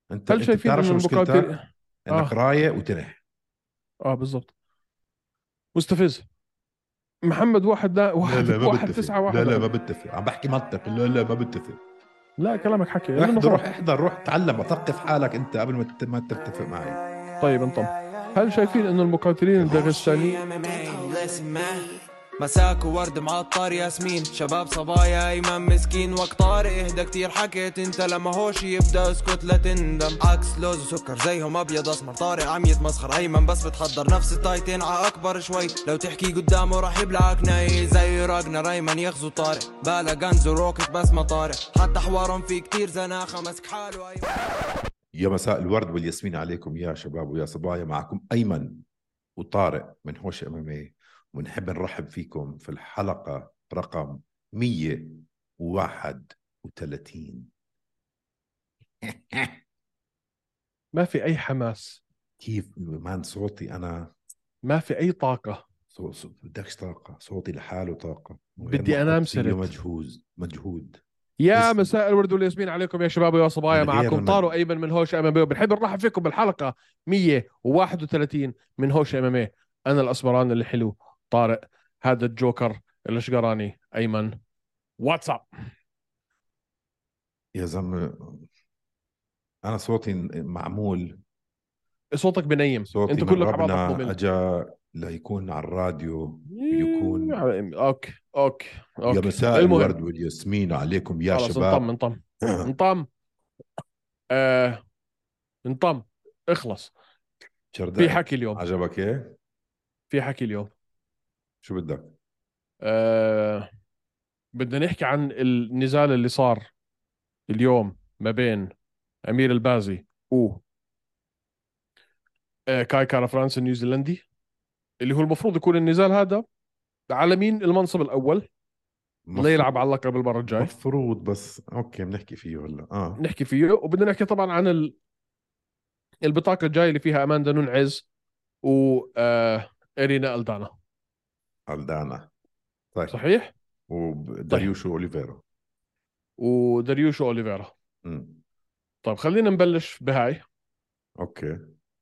انت هل انت شايفين بتعرف انه شو المقاتل مشكلتك؟ انك اه رايق وتنح. بالضبط، مستفز. محمد واحد لا لا لا، واحد ما واحد بتفق، تسعة لا واحد لا ما بتفق، عم بحكي منطق، لا لا ما بتفق. لا كلامك حكي لانه احضر، روح خلص. احضر، روح تعلم، اثقف حالك انت قبل ما تتفق معي. طيب انطم، هل شايفين انه المقاتلين يلا. الداغستانيين مساك وورد معطر ياسمين شباب صبايا ايمن مسكين وقت طارق اهدى كتير حكيت انت لما هوش يبدا اسكت لا تندم عكس لوز وسكر زيهم ابيض اسمر طارق عم يتمسخر ايمن بس بتحضر نفس التايتين ع اكبر شوي لو تحكي قدامه راح يبلعك ناي زي راجنر ايمن يغزو طارق بالا غنز وروكت بس ما طارق حتى حوارهم في كتير زناخه مسك حاله ايمن. يا مساء الورد والياسمين عليكم يا شباب ويا صبايا، معكم ايمن وطارق من هوش ام ام اي، ونحب نرحب فيكم في الحلقه رقم 131. ما في اي حماس، كيف مان صوتي انا؟ ما في اي طاقة. بدكش طاقة، صوتي لحاله طاقة من غير ما بدي انام احط فيه سرت. مجهود. يا اسمع، مساء الورد والياسمين عليكم يا شباب ويا صبايا، من غير معكم طارق ايمن من هوش ام ام اي، وبنحب نرحب فيكم بالحلقة 131 من هوش ام ام اي. انا الاسمران الحلو طارق، هذا الجوكر الاشقراني ايمن. واتساب. يا زلمة انا صوتي معمول. صوتك بنيم، صوتي انتوا من كلك عباطك ربنا ممل. اجا ليكون على الراديو ويكون. اوكي اوكي يا اوكي، مساء المهم. الورد والياسمين عليكم يا خلاص انطم شباب. انطم انطم. آه انطم. اخلص. في شردقت حكي اليوم، عجبك ايه؟ في حكي اليوم. شو بدك؟ آه بدنا نحكي عن النزال اللي صار اليوم ما بين أمير البازي و كاي كارا فرانس النيوزيلندي، اللي هو المفروض يكون النزال هذا على مين المنصب الأول اللي يلعب على مفروض اللقب المرة الجاي. مفروض بس اوكي بنحكي فيه هلا نحكي فيه، وبدنا نحكي طبعا عن البطاقة الجاية اللي فيها أماندا نونعز و إرينا ألدانا. الدانا. طيب. صحيح؟ طيب، وداريوشو اوليفيرا. وداريوشو أوليفيرا. امم طيب خلينا نبلش بهاي. اوكي،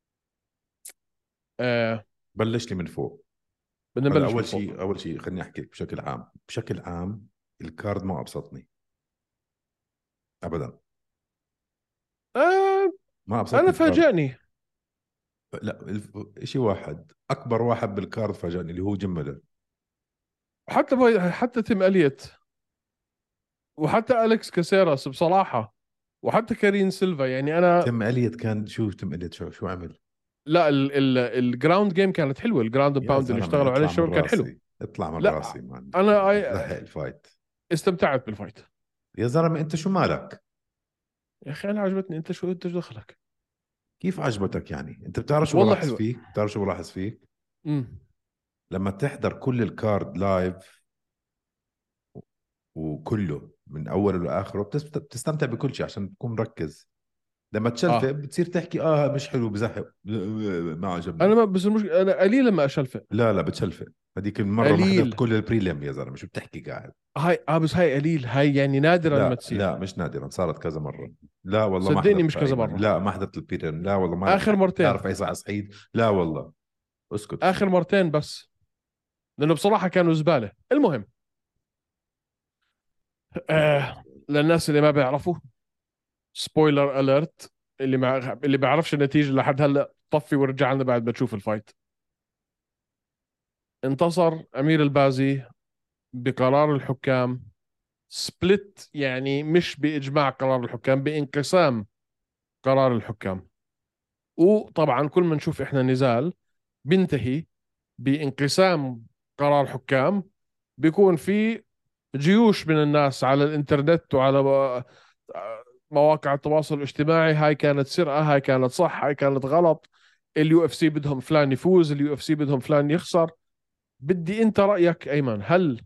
آه بلش لي من فوق. بدنا هلا نبلش من اول فوق. شيء، خليني احكي بشكل عام. بشكل عام الكارد ما ابسطني ابدا. آه ما أنا ابسطني الكارد. فاجأني. لا شيء واحد، اكبر واحد بالكارد فاجأني اللي هو جيم ميلر. حتى تيم أليت، وحتى أليكس كاسيراس بصراحة، وحتى كارين سيلفا. يعني أنا تيم اليت كان شو؟ تيم اليت شو عمل؟ لا، الجراوند جيم كانت حلوة، الجراوند يا باوند اللي زلمه اشتغلوا عليه اطلع من الشباب كان حلو. راسي، اطلع من لا راسي مان. أنا بزهق الفايت. استمتعت بالفايت. يا زلمه انت شو مالك؟ يا أخي أنا عجبتني، أنت شو أنت شو دخلك؟ كيف عجبتك يعني؟ انت بتعرف شو والله بلاحظ حلوة. فيك؟ بتعرف شو بلاحظ فيك؟ امم لما تحضر كل الكارد لايف وكله من اوله لاخره بتستمتع بكل شيء عشان تكون مركز. لما تشلفه آه بتصير تحكي مش حلو، بزهق، ما أنا عجبني. ما بس أنا قليل لما أشلفق. لا بتشلفه. هذيك المره ما حضرت قليل. كل البريلم يا زلمه، شو بتحكي قاعد؟ هاي بس هاي قليل، هاي يعني نادرا ما لا تصير. لا مش نادرا، صارت كذا مرة. لا والله ما صدقني مش حضرتها كذا أيمن، مرة، لا ما حضرت البيرن، لا والله آخر ما مرتين. تعرف أي ساعة سعيد، لا والله. اسكت آخر اسكت. مرتين بس، لأنه بصراحة كانوا زبالة. المهم، للناس اللي ما بيعرفوا، سبويلر اليرت، اللي بيعرفش النتيجة لحد هلا طفي ورجع لنا بعد ما تشوف الفايت. انتصر أمير البازي بقرار الحكام، سبلت، يعني مش بإجماع قرار الحكام، بانقسام قرار الحكام. وطبعا كل ما نشوف احنا نزال بينتهي بانقسام قرار حكام، بيكون في جيوش من الناس على الانترنت وعلى مواقع التواصل الاجتماعي: هاي كانت سرقة، هاي كانت صح، هاي كانت غلط، اليو اف سي بدهم فلان يفوز، اليو اف سي بدهم فلان يخسر. بدي انت رأيك ايمن، هل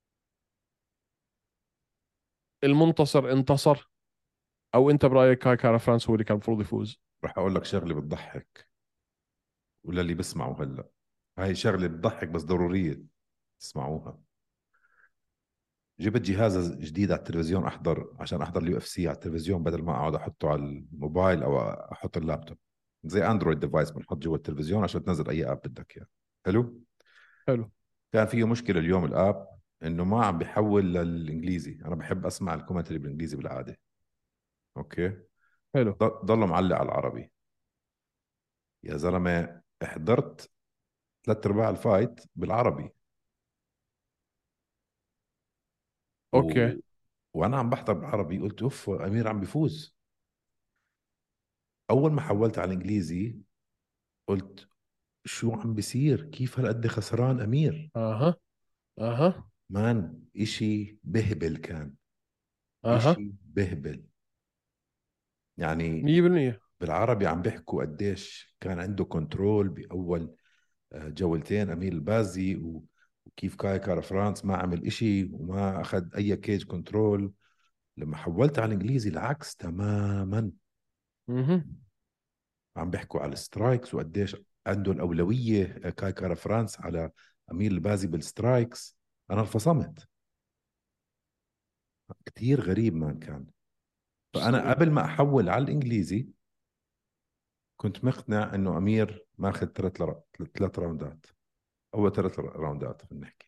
المنتصر انتصر، او انت برأيك هاي كان فرانس هو اللي كان المفروض يفوز؟ رح أقول لك شغلة بتضحك وللي بسمعوا هلا. هاي شغلة بتضحك بس ضرورية تسمعوها. جبت جهاز جديد على التلفزيون احضر، عشان احضر اليو اف سي على التلفزيون بدل ما اقعد احطه على الموبايل او احط اللابتوب. زي اندرويد ديفايس بنحط جوا التلفزيون عشان تنزل اي اب بدك اياه. حلو. حلو. كان فيه مشكله اليوم الاب انه ما عم بيحول للانجليزي. انا بحب اسمع الكومنتري بالانجليزي بالعاده. اوكي. حلو. ضله معلق على العربي. يا زلمه حضرت ثلاث ارباع الفايت بالعربي و... اوكي. وانا عم بحضر بالعربي قلت اوف امير عم بيفوز. اول ما حولت على الانجليزي قلت شو عم بيصير؟ كيف هالقد خسران امير؟ اها. اها. مان اشي بهبل كان. اها. اشي بهبل يعني. 100%. بالعربي عم بيحكوا قديش كان عنده كنترول باول جولتين امير البازي وكيف كاي كار فرانس ما عمل اشي وما اخذ اي كيج كنترول. لما حولت على الانجليزي العكس تماما. اها. عم بيحكوا على السترايكس وقديش عنده الأولوية كاي كارا فرانس على أمير البازي بالسترايكس. أنا انفصمت. كتير غريب ما كان. فأنا قبل ما أحول على الإنجليزي كنت مقتنع إنه أمير ماخذ ثلاث راوندات. أول ثلاث راوندات خلينا نحكي.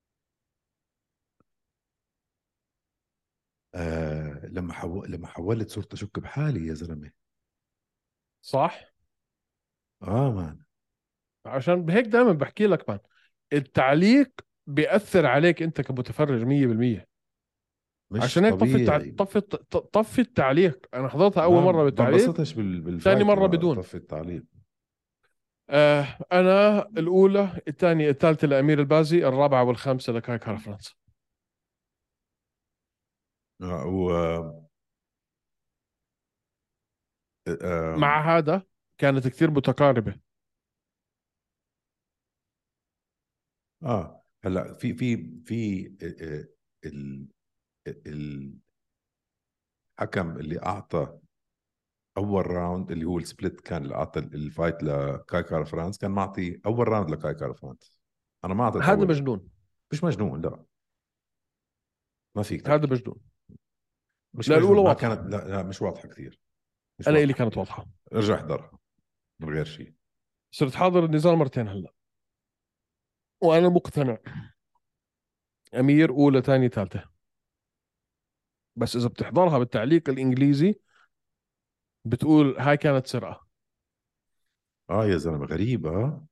لما حولت صرت أشك بحالي يا زلمة. صح. مان. عشان بهيك دائما بحكي لك مان، التعليق بيأثر عليك انت كمتفرج 100%. مش عشان هيك طبيعي. طفي التعليق. انا حضرتها اول ما مره ما بالتعليق، انبسطش ثاني بالفايت مره لما بدون. طفي التعليق. انا الاولى، الثانيه، الثالثه لامير البازي، الرابعه والخامسه لكاي كار فرانس. و مع هذا كانت كثير متقاربه. هلا في ال- الحكم اللي اعطى اول راوند اللي هو السبليت، كان اللي اعطى الفايت لكاي كار فرانس، كان معطي اول راوند لكاي كار فرانس. انا ما اعطيت هذا اول راوند. مجنون. مش مجنون لا. ما فيك هذا تحكي. مجنون. مش لا، الاولى مجنون. ما واضحه. كانت، لا مش واضحه كثير. مش انا الي واضحه كانت كثير. واضحه. ارجع احضرها من غير شيء. صرت حاضر النزال مرتين هلا، وانا مقتنع امير اولى ثاني ثالثه. بس اذا بتحضرها بالتعليق الانجليزي بتقول هاي كانت سرقه. يا زلمه غريب.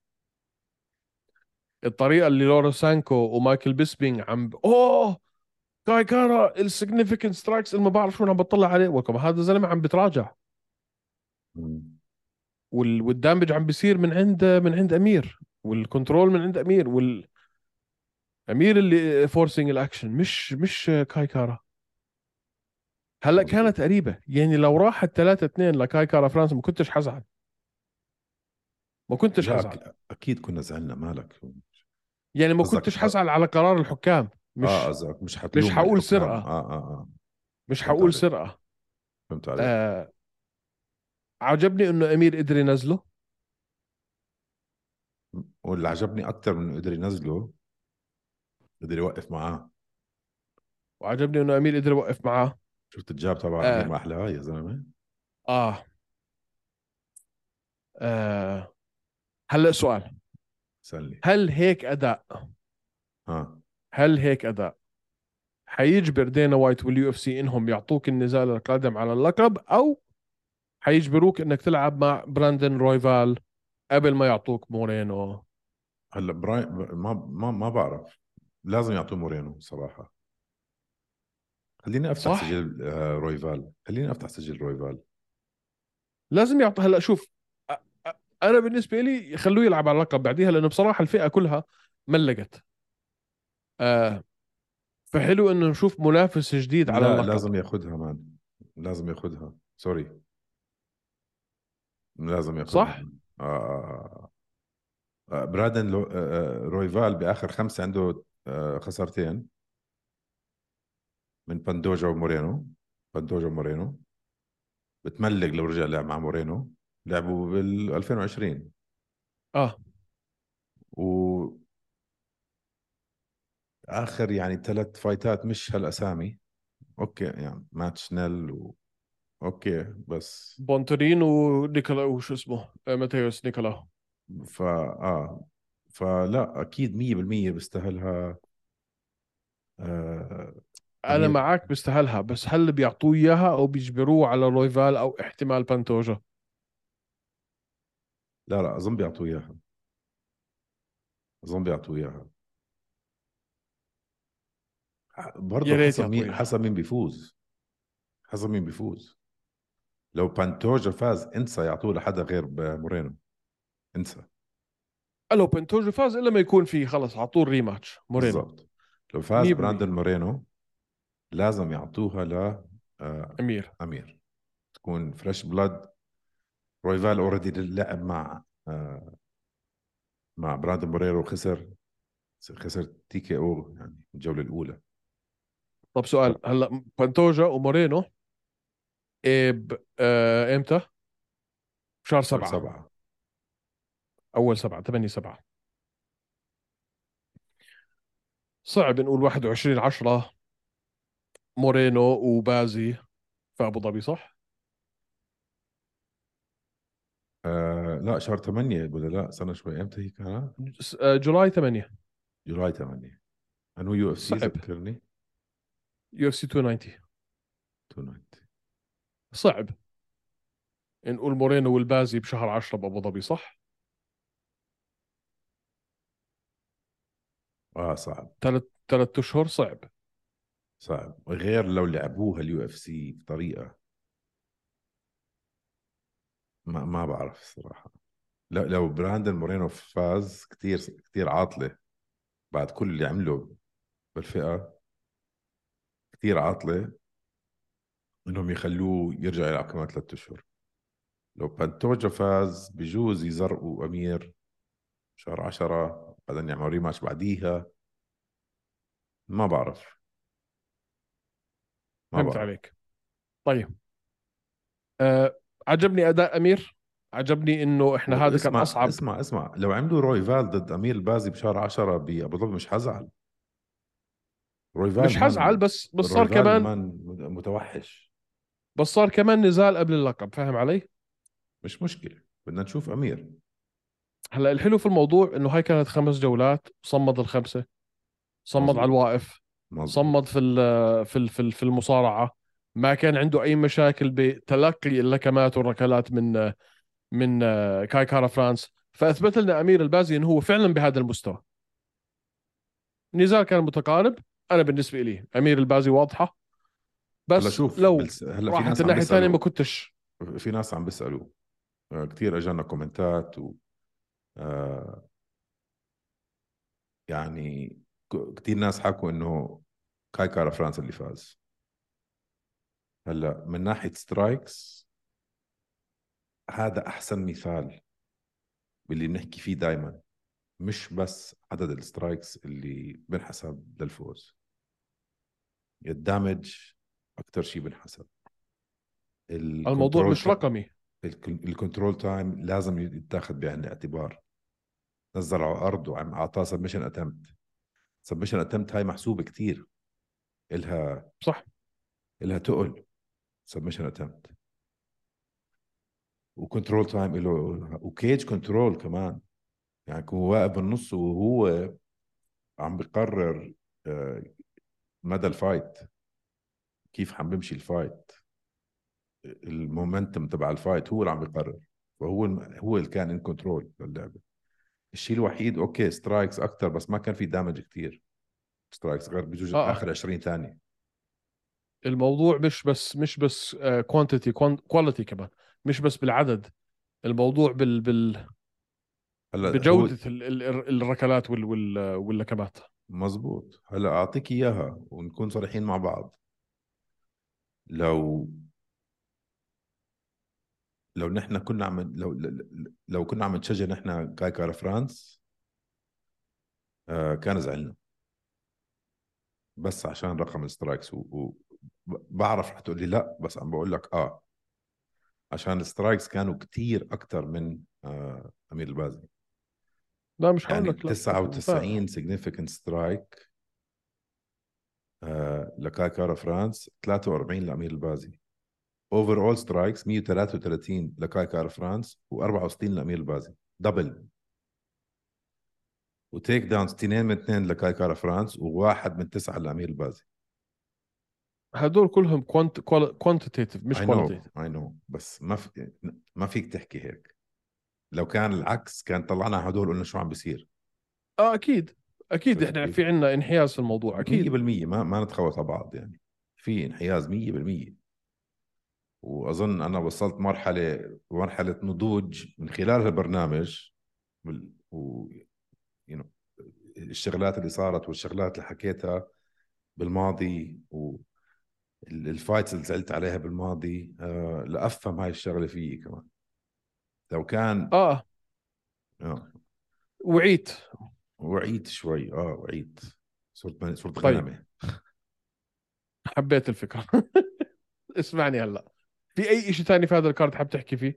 الطريقه اللي لورا سانكو ومايكل بيسبينج اوه كاي كارا السيجنيفيكنت سترايكس اللي ما بعرف شو، انا بطلع عليه وكم هذا الزلمه عم بتراجع، مم. والدامج عم بيصير من عند امير، والكنترول من عند امير، والامير اللي فورسينج الاكشن، مش كاي كارا. هلا مزبوط. كانت قريبه يعني، لو راحت 3-2 لكاي كارا فرانس ما كنتش حزعل. ما كنتش لا حزعل. اكيد كنا زعلنا. مالك؟ يعني ما قصدك كنتش حزعل على قرار الحكام. مش قصدك مش مش حتلوم حقول الحكام. سرقه. مش فهمت حقول عليك. سرقه. فهمت عليك. آه عجبني انه امير قدر ينزله. واللي عجبني اكثر من انه قدر ينزله، قدر يوقف معاه. وعجبني انه امير قدر يوقف معاه. شفت الجاب تبع امير؟ آه ما احلاها يا زلمه. آه, آه هلا سؤال. سألني. هل هيك اداء ها. هل هيك اداء حيجبر دينا وايت واليو اف سي انهم يعطوك النزال القادم على اللقب، او حيجبروك انك تلعب مع براندن رويفال قبل ما يعطوك مورينو؟ هلا براين ما بعرف. لازم يعطوه مورينو صراحه. خليني افتح صح. سجل رويفال. خليني افتح سجل رويفال. لازم يعطي. هلا شوف، أ- انا بالنسبه لي يخلوه يلعب على اللقب بعديها، لانه بصراحه الفئه كلها ملقت. آه فحلو انه نشوف منافس جديد على لا اللقب. لازم ياخذها مان. لازم ياخذها. سوري. لازم ياخذها صح. مان. برادن رويفال باخر خمسه عنده خسارتين من باندوجا ومورينو. باندوجا ومورينو بتملق لو رجع لعب مع مورينو. لعبوا بال 2020 اه و اخر يعني 3 فايتات مش هالاسامي. اوكي يعني ماتش نيل اوكي بس. بونترين ونيكولا وشو اسمه ماتيوس نيكولا. فا فلا اكيد 100% بيستاهلها. آه انا امير. معك بيستاهلها، بس هل بيعطوه اياها او بيجبروه على رويفال او احتمال بانتوجا؟ لا اظن بيعطوه اياها. اظن بيعطوه اياها. يا برضه ريت حسب يعطوه مين، اياها. حسب مين بيفوز. حسب مين بيفوز. لو بانتوجا فاز انسى يعطوه لحدا غير مورينو. انسى. لو بانتوجا فاز الا ما يكون في خلص على طول ريماتش مورينو. بالضبط. لو فاز براندن 100%. مورينو لازم يعطوها ل امير. امير. تكون فريش بلاد. رويفال اوريدي لعب مع براندن موريرو وخسر. خسر تي كي او يعني الجوله الاولى. طب سؤال، هلا بانتوجا ومورينو امتى؟ شهر شهر 7. 7. اول 7 8 7. صعب نقول 21/10 مورينو وبازي في ابو ظبي، صح؟ لا شهر 8 ولا لا سنة شوي امتى هي كانت؟ جولاي 8. جولاي 8. انو يو اف سي صعب. ذكرني. يو اف سي 290. 290. صعب نقول مورينو والبازي بشهر 10 بابو ظبي، صح؟ اه صعب. ثلاث اشهر صعب. صعب غير لو لعبوها اليو اف سي بطريقة ما بعرف الصراحة. لا لو براندن مورينو فاز كتير كتير عاطلة بعد كل اللي عمله بالفئة. كتير عاطلة انهم يخلوه يرجع يلعب كمان 3 اشهر. لو بانتوجا فاز بجوز يزرقوا امير شهر 10 بعدين يعملوا ريماتش بعديها. ما بعرف. ما فهمت بعرف. عليك. طيب. عجبني اداء امير. عجبني انه احنا هذا كان اسمع اصعب. اسمع اسمع، لو عملوا رويفال ضد امير البازي بشهر 10 بابو ظبي مش حزعل. رويفال مش حزعل، مان. بس صار رويفال كمان. مان متوحش. بس صار كمان نزال قبل اللقب، فاهم علي؟ مش مشكلة بدنا نشوف امير. هلا الحلو في الموضوع انه هاي كانت 5 جولات، صمد الخمسه، صمد على مزبوط. الواقف، صمد مزبوط. في المصارعه. ما كان عنده اي مشاكل بتلقي اللكمات والركلات من كاي كارا فرانس. فاثبت لنا امير البازي انه هو فعلا بهذا المستوى. النزال كان متقارب. انا بالنسبه لي امير البازي واضحه. هلا بس شوف لو هلا في راحت ناس عم الناحيه الثانيه ما بيسألوا. كنتش. في ناس عم بيسألوا. كثير اجانا كومنتات آه يعني كثير ناس حكوا انه كاي كارا فرانس اللي فاز. هلا من ناحيه سترايكس هذا احسن مثال باللي بنحكي فيه دائما. مش بس عدد السترايكس اللي بنحسب للفوز. الدامج اكثر شيء بنحسب. الموضوع الكنترول مش رقمي. الكنترول تايم لازم يتاخذ بعين الاعتبار. نزل على الارض وعم اعطاه سبمشن اتمت. سبمشن اتمت هاي محسوبه كثير. الها صح. الها تقل. سبمشن اتمت وكنترول تايم له. وكيج كنترول كمان. يعني هو واقف بالنص وهو عم بقرر آه، مدى الفايت. كيف عم بمشي الفايت. المومنتم تبع الفايت هو اللي عم بيقرر. هو اللي كان ان كنترول للعبه. الشيء الوحيد اوكي سترايكس اكثر بس ما كان في دامج كثير. سترايكس غير بجوز اه اخر 20 ثانيه. الموضوع مش بس كوانتيتي كواليتي كمان. مش بس بالعدد. الموضوع هلا هو بجودة الركلات واللكمات. مزبوط. هلا اعطيك اياها ونكون صريحين مع بعض. لو لو نحن كنا عم لو كنا عم نشجع نحن كاي كار فرانس كان زعلنا. بس عشان رقم السترايكس بعرف رح تقول لي لا بس عم بقول لك عشان السترايكس كانوا كتير اكثر من امير البازي. لا مش هقول يعني لك لا، بس أنا فاهم. 99 significant سترايك لكاي كارا فرانس 43 لأمير البازي. اوفر اول سترايكس 133 لكاي كارا فرانس و64 لأمير البازي، دبل. وتيك داونز 2 من 2 لكاي كارا فرانس وواحد من 9 لأمير البازي. هدول كلهم كوانتيتيف مش اي نو كواليتيف. اي نو، بس ما فيك تحكي هيك. لو كان العكس كان طلعنا هدول قلنا شو عم بيصير. اكيد اكيد عرفت احنا كيف؟ في عنا انحياز في الموضوع اكيد. 100% ما نتخوت على بعض يعني، في انحياز 100%. واظن انا وصلت مرحله نضوج من خلال البرنامج و you know الشغلات اللي صارت والشغلات اللي حكيتها بالماضي والفايتس اللي زعلت عليها بالماضي، لافهم هاي الشغله فيي كمان. لو كان اه آه وعيت. وعيت شوي، وعيت، صرت طيب غنمه. حبيت الفكرة. اسمعني هلا، في اي شيء ثاني في هذا الكارد حاب تحكي فيه؟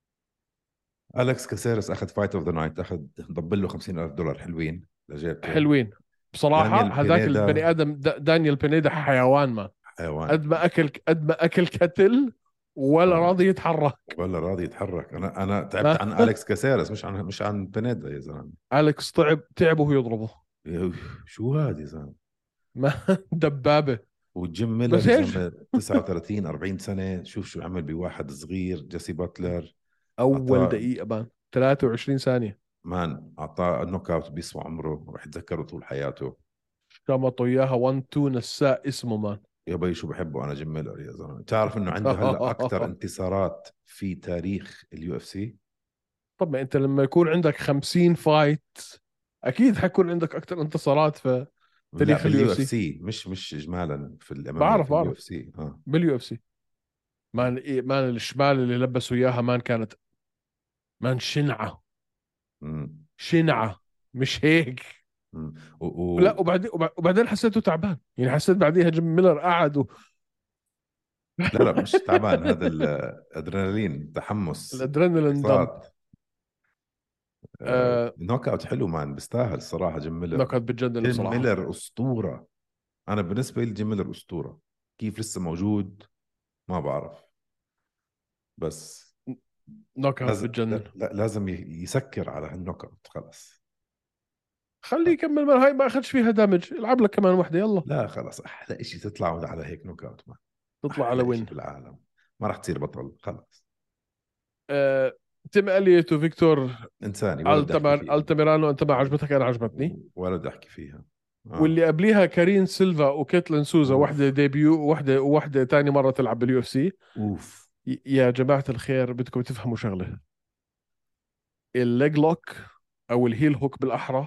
أليكس كاسيرس أخذ فايت أوف ذا نايت، أخذ ضبل له $50,000 حلوين لجيبته. حلوين بصراحة. دانيال هذاك البني بينيدا آدم دانيال بينيدا حيوان ما. حيوان. قد ما أكل كتل ولا آه. راضي يتحرك. ولا راضي يتحرك. أنا تعبت ما عن أليكس كاسيرس، مش عن بينيدا يا زلمة. أليكس تعب وهو يضربه. شو هذا يا زلمة؟ ما دبابة. وجيم ميلر بس يا ايش، زلمة 39 40 سنة، شوف شو عمل بواحد صغير. جيسي باتلر أول أعطاه، دقيقة بان 23 ثانية أعطاه النوك أوت بيسوى عمره، راح يتذكره طول حياته. شمطوا إياها 1 2 نساء اسمه مان. يا بي شو بحبه أنا جيم ميلر يا زلمة. تعرف إنه عنده هلأ أكثر انتصارات في تاريخ اليو اف سي. طب ما أنت لما يكون عندك 50 فايت أكيد حيكون عندك أكثر انتصارات في لا تاريخ اليو اف باليو اف سي. سي، مش اجمالا في الاماميه، في بعرف اليو بعرف اف سي. باليو اف سي. مان مان الشمال اللي لبسوا إياها مان كانت مان شنعة. امم شنعة مش هيك. امم لا وبعدين حسيته تعبان يعني. حسيت بعديها جيم ميلر قعد لا لا مش تعبان، هذا الادرينالين، تحمس، الادرينالين دمب. انبساط. آه نوك اوت حلو مان، بيستاهل الصراحه جيم ميلر. نكت بتجنن جيم بصراحة. ميلر اسطوره. انا بالنسبه لي جيم ميلر اسطوره. كيف لسه موجود ما بعرف، بس نوك اوت لازم بتجنن. لازم يسكر على هالنوك اوت خلص. خليه يكمل من هاي، ما اخذش فيها دامج. العب لك كمان وحده يلا. لا خلص، احلى شيء تطلع على هيك نوك اوت مان. تطلع على احلى وين. شيء بالعالم. ما راح تصير بطل خلص. آه تيم اليت وفيكتور انساني ولا بدي احكي فيها. التميرانو، انت ما عجبتك، انا عجبتني. ولا بدي احكي فيها. واللي قبليها كارين سيلفا وكيتلين سوزا، واحده اوف ديبيو وواحده ثاني مره تلعب باليو اف سي. اوف. يا جماعه الخير بدكم تفهموا شغله. الليج لوك او الهيل هوك بالاحرى،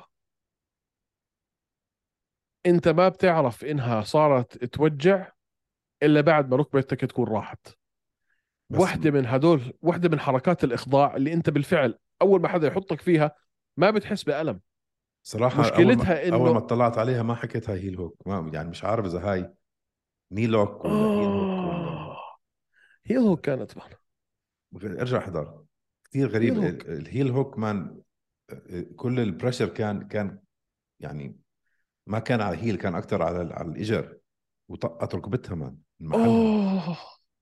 انت ما بتعرف انها صارت توجع الا بعد ما ركبتك تكون راحت. بس واحده من حركات الاخضاع اللي انت بالفعل اول ما حدا يحطك فيها ما بتحس بألم. صراحة مشكلتها أول ما انه اطلعت عليها ما حكيت هاي هيل هوك، ما يعني مش عارف إذا هاي ني لوك ولا هيل هوك ولا. هي هو كانت مان. ارجع احضر. كثير هي غريب هوك. الهيل هوك مان. كل البريشر كان يعني ما كان على الهيل، كان أكثر على الإجر. وطقت ركبتها مان من محلها. اوه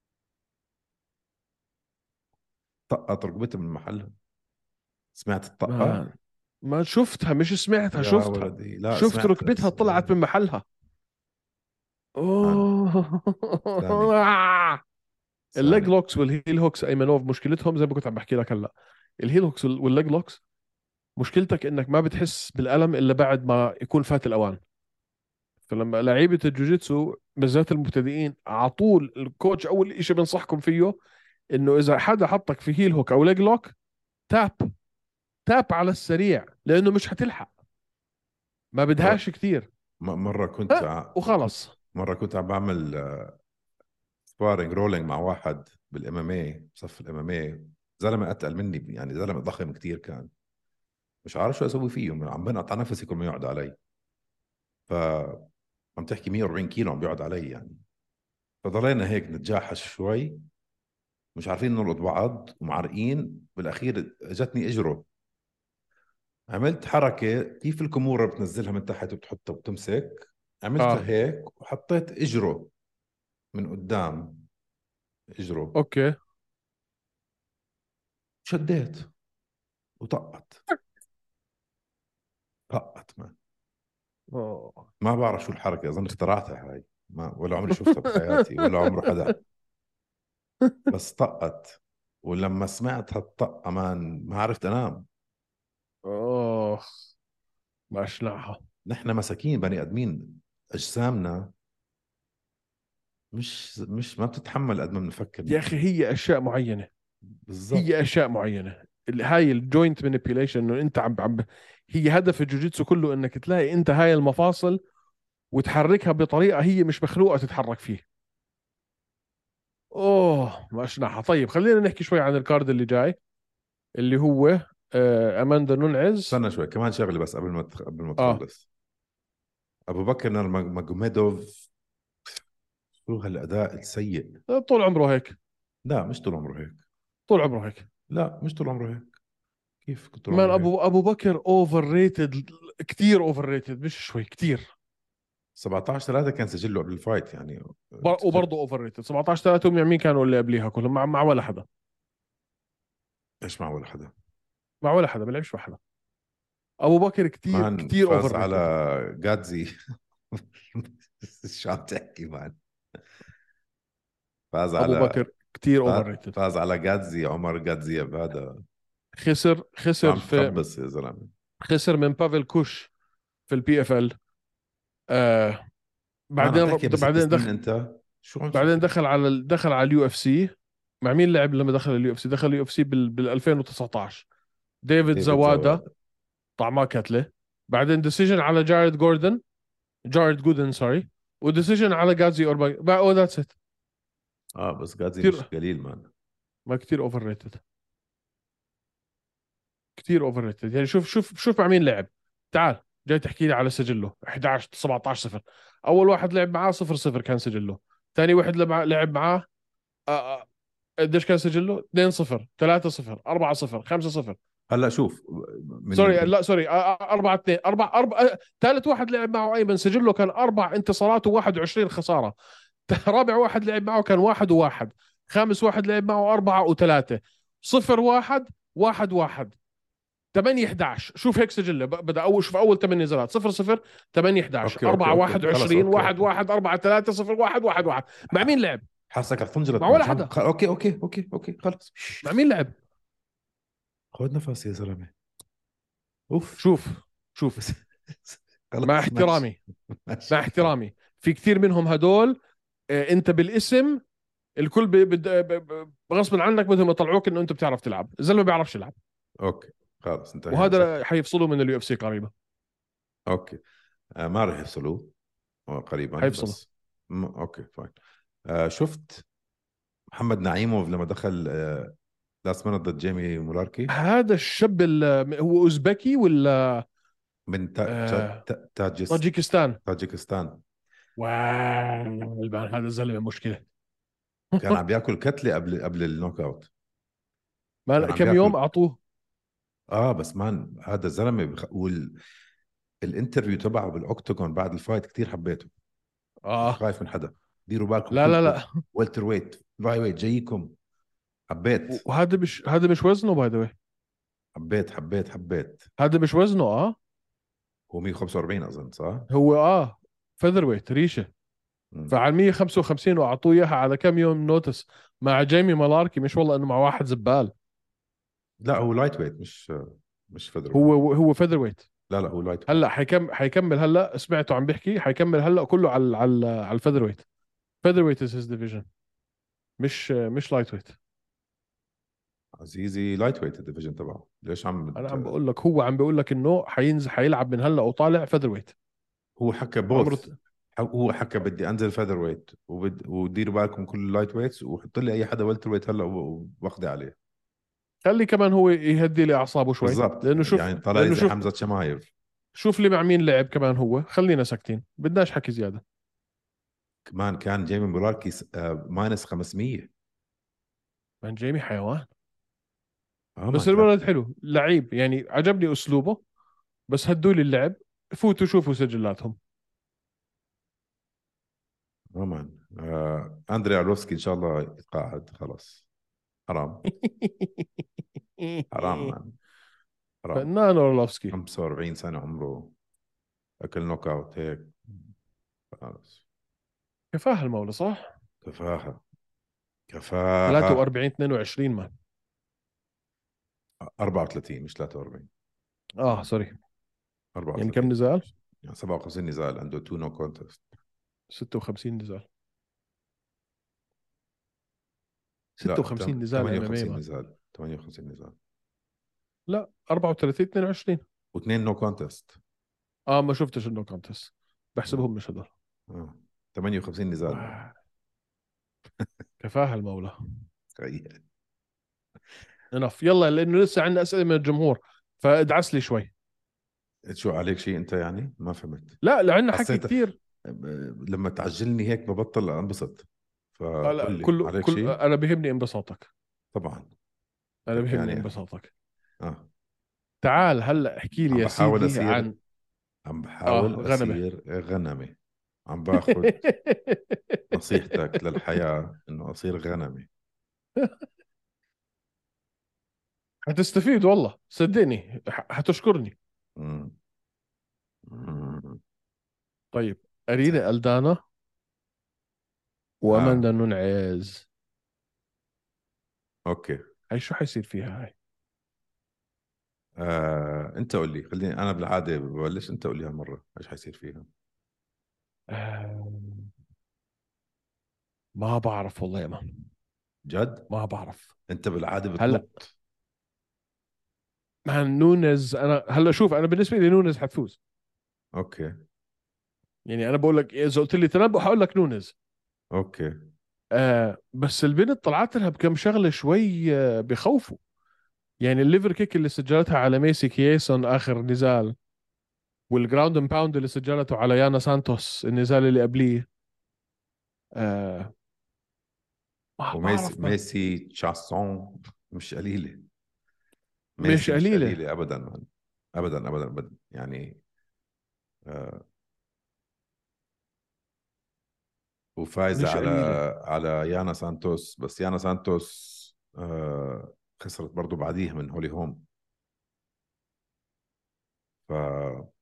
طقت ركبتها من محلها. سمعت الطقة؟ مان، ما شفتها مش سمعتها، يا شفتها. ولدي لا شفت سمعتها ركبتها طلعت من محلها. مان. اوه ثاني الليج ثاني لوكس والهيل هوكس ايمنوف مشكلتهم زي ما كنت عم بحكي لك هلا. الهيل هوكس والليج لوكس مشكلتك انك ما بتحس بالالم الا بعد ما يكون فات الاوان. فلما لعيبه الجوجيتسو بالذات المبتدئين على طول الكوتش اول شيء بنصحكم فيه انه اذا حدا حطك في هيل هوك او ليج لوك، تاب تاب على السريع لانه مش هتلحق. ما مرة بدهاش كثير. مرة ها وخلص. عم بعمل سبارينج رولينج مع واحد بالام ام اي، صف الام ام اي. زلمه اتقل مني يعني، زلمه ضخم كتير كان. مش عارف شو اسوي فيه، عم بنقطع نفسي كل ما يقعد علي. ف عم تحكي 140 كيلو عم بيقعد علي يعني. فضلينا هيك نتجاحش شوي، مش عارفين نلقط بعض ومعرقين. بالاخير اجتني اجره. عملت حركه كيف الكموره بتنزلها من تحت وبتحطها وبتمسك. عملتها هيك وحطيت اجره من قدام، اجره، اوكي. شديت وطقت. طقت أوه. ما بعرف شو الحركة، أظن اخترعتها هاي، ما ولا عمري شفتها بحياتي ولا عمره حدا، بس طقت. ولما سمعت هالطقة ما عرفت أنام. اوه ما اشنعها. نحن مساكين بني آدمين، أجسامنا مش ما بتتحمل قد ما بنفكر يا نحن. اخي هي اشياء معينه، بالضبط. هي اشياء معينه. هاي الجوينت مانيبيوليشن، انه انت عم هي هدف الجوجيتسو كله انك تلاقي انت هاي المفاصل وتحركها بطريقه هي مش مخلوقه تتحرك فيه. اوه ما اشنعها. طيب خلينا نحكي شوي عن الكارد اللي جاي، اللي هو اماندا نونعز. استنى شوي كمان شغلة بس قبل ما اه تخلص. أبو بكر ماجوميدوف، شو هالأداء السيء. طول عمره هيك. لا مش طول عمره هيك. طول عمره هيك. لا مش طول عمره هيك. كيف طول مان عمره هيك؟ ابو بكر اوفر ريتد، كثير اوفر ريتد، مش شوي كثير. 17-3 كان سجله قبل الفايت يعني. وبرضه اوفر ريتد 17 3 مع مين كانوا اللي قبليها كلهم؟ مع ولا حدا. ايش معه ولا حدا. مع ولا حدا، بيلعبش مع حدا. ابو بكر كثير مان كثير فاز اوفر على ريتد. جادزي. شو عم تحكي مان. فاز ابو على بكر كثير اوفر ريتد. فاز على جادزي، عمر جادزييف هذا. شو خسر عم في تخبص يا زلمه. خسر من بافل كوش في البي اف ال. آه مان عم بعدين تحكي بست بعدين سنين دخل، انت. شو عم بعدين دخل على اليو اف سي. مع مين لعب لما دخل اليو اف سي؟ دخل اليو اف سي بال 2019. ديفيد ديفيد زوادا، زواد. طعماه كتله. بعدين ديسيجن على جارد جودن سوري. وديسيجن على جازي اورباغ. او ذاتس ات. اه بس جادزي مش كثير، قليل مان. ما كثير اوفر ريتد. كثير اوفر ريتد. يعني شوف مع مين لعب. تعال جاي تحكي لي على سجله 11 17 0. اول واحد لعب معاه 0 0 كان سجله. ثاني واحد لعب معاه آه، قديش كان سجله؟ 2 0 3 0 4 0 5 0. هلا شوف سوري لا سوري 4 2 4 ثالث واحد لعب معه ايمن سجله كان 4 انتصارات و21 خساره. رابع واحد لعب معه كان 1 و1. خامس واحد لعب معه 4 و3. 0 1 1 1. 8 11. شوف هيك سجله بدا اول، شوف اول 8 نزالات 0 0 8 11 اوكي 4 خلص 21 اوكي 1 1 4 3 0 1 1 1. مع مين لعب؟ حاسك رح تنجلط مع مان. ولا شو حدا. اوكي خلص. مع مين لعب؟ خذ نفس يا زلمه. اوف. شوف شوف. بس مع خلص ماشي. احترامي، ماشي مع احترامي، في كثير منهم هدول انت بالاسم الكل غصب عنك بدهم يطلعوك انه انت بتعرف تلعب. الزلمه ما بيعرفش يلعب. اوكي خلص انتهينا صح. وهذا حيفصلوه من اليو اف سي قريبا. اوكي. ما راح يفصلوه قريبا حيفصلوا. بس. اوكي فاين. شفت محمد نعيموف لما دخل لاست مينت ضد جيمي مولاركي هذا الشاب هو اوزبكي ولا من آه... طاجيكستان. تاجيكستان. واو هذا الزلمه مشكله. كان عم بياكل كتله قبل النوك اوت. كان ما عم كم يوم بياكل. اعطوه. بس مان هذا الزلمه الانترفيو تبعه بالاوكتاجون بعد الفايت كتير حبيته. مش اه خايف من حدا. ديروا بالكم لا لا كلكم. لا. welter ويت فلاي ويت جايكم. حبيت هذا مش وزنه باي ذا واي. حبيت. هذا مش وزنه هو 145 اظن صح. هو فيذر ويت ريشه. مم. فعلى 155 واعطوه اياها على كم يوم نوتس مع جيمي مالاركي. مش والله انه مع واحد زبال. لا هو لايت ويت مش فيذر ويت. هو فيذر ويت. لا هو لايت ويت. هلا حيكمل هلا. سمعته عم بيحكي حيكمل هلا كله على الفيذر ويت. فيذر ويت از هيز ديفيجن، مش لايت ويت. عزيزي لايت ويت الديفيجن تبعه. ليش انا عم بقول لك، هو عم بقول لك انه حينزل حيلعب من هلا وطالع فيذر ويت. هو حكى عمره بوث. هو حكى بدي انزل فيذر ويت وديروا بالكم كل اللايت ويتس وحط لي اي حدا welter ويت هلا واخذي عليه. خلي كمان هو يهدي لي اعصابه شوي. بالضبط لانه شوف، يعني طلع لي لانه زي شوف حمزه شمايف. شوف لي مع مين لعب كمان. هو خلينا ساكتين، بدناش حكي زياده. كمان كان جيمي بولاركي ماينس 500. من جيمي حيوان. ما بس كان. الولد حلو لعيب، يعني عجبني اسلوبه. بس هدوا لي اللعب. فوتوا شوفوا سجلاتهم. مان اندري ارلوفسكي ان شاء الله يتقاعد خلاص. حرام. حرام مان. حرام. فنان اورلوفسكي. 45 سنة عمره، اكل نوك اوت هيك خلاص. كفاها المولى صح. كفاها. كفاها. 43 22 مان. 34 مش 43. سوري. يعني كم 34. نزال؟ يعني 57 نزال عنده 2 نو كونتست. 56 نزال. لا 56 نزال ام ام اي 58 مان. نزال. 58 نزال لا 34 22. واثنين نو كونتست. ما شفتش انه كونتست، بحسبهم مش هدول. 58 نزال مان. كفاها المولى. تخيل. انف يلا، لانه لسه عندنا اسئله من الجمهور، فادعس لي شوي. شو عليك شيء انت يعني ما فهمت. لا عندنا حكي حسيت كثير. لما تعجلني هيك ببطل انبسط. فقل لا لي كل عليك كل شيء. انا بيهمني انبساطك. طبعا. انا بيهمني يعني انبساطك. اه تعال هلا احكي لي عم يا بحاول سيدي اصير عن عم بحاول غنمه. اصير غنمي. عم باخذ نصيحتك للحياة انه اصير غنمي. حتستفيد والله صدقني، حتشكرني. مم. مم. طيب، أرينا ألدانا وأماندا اه نونعيز، اوكي. هاي شو حيصير فيها هاي؟ انت قول لي، خليني انا بالعاده ببلش، انت قول لي هالمره ايش حيصير فيها. آه، ما بعرف والله يا مان. جد. ما بعرف. انت بالعاده هلا بتنط. مان نونز، أنا هلا شوف، أنا بالنسبة لي نونز حتفوز. اوكي. يعني أنا بقول لك إذا قلت لي تنبؤ حقول لك نونز. اوكي. بس البنت طلعت لها بكم شغلة شوي بخوفوا. يعني الليفر كيك اللي سجلتها على ميسي كيسون آخر نزال، والجراوند اند باوند اللي سجلته على يانا سانتوس النزال اللي قبليه. آه ما وميسي بعرف مان. ميسي تشاسون مش قليله. مش ميسي مش قليلة. قليله ابدا مان. ابدا ابدا ابدا يعني. آه وفايزه مش على قليلة. يانا سانتوس، بس يانا سانتوس خسرت برضو بعديها من هولي هوم. ف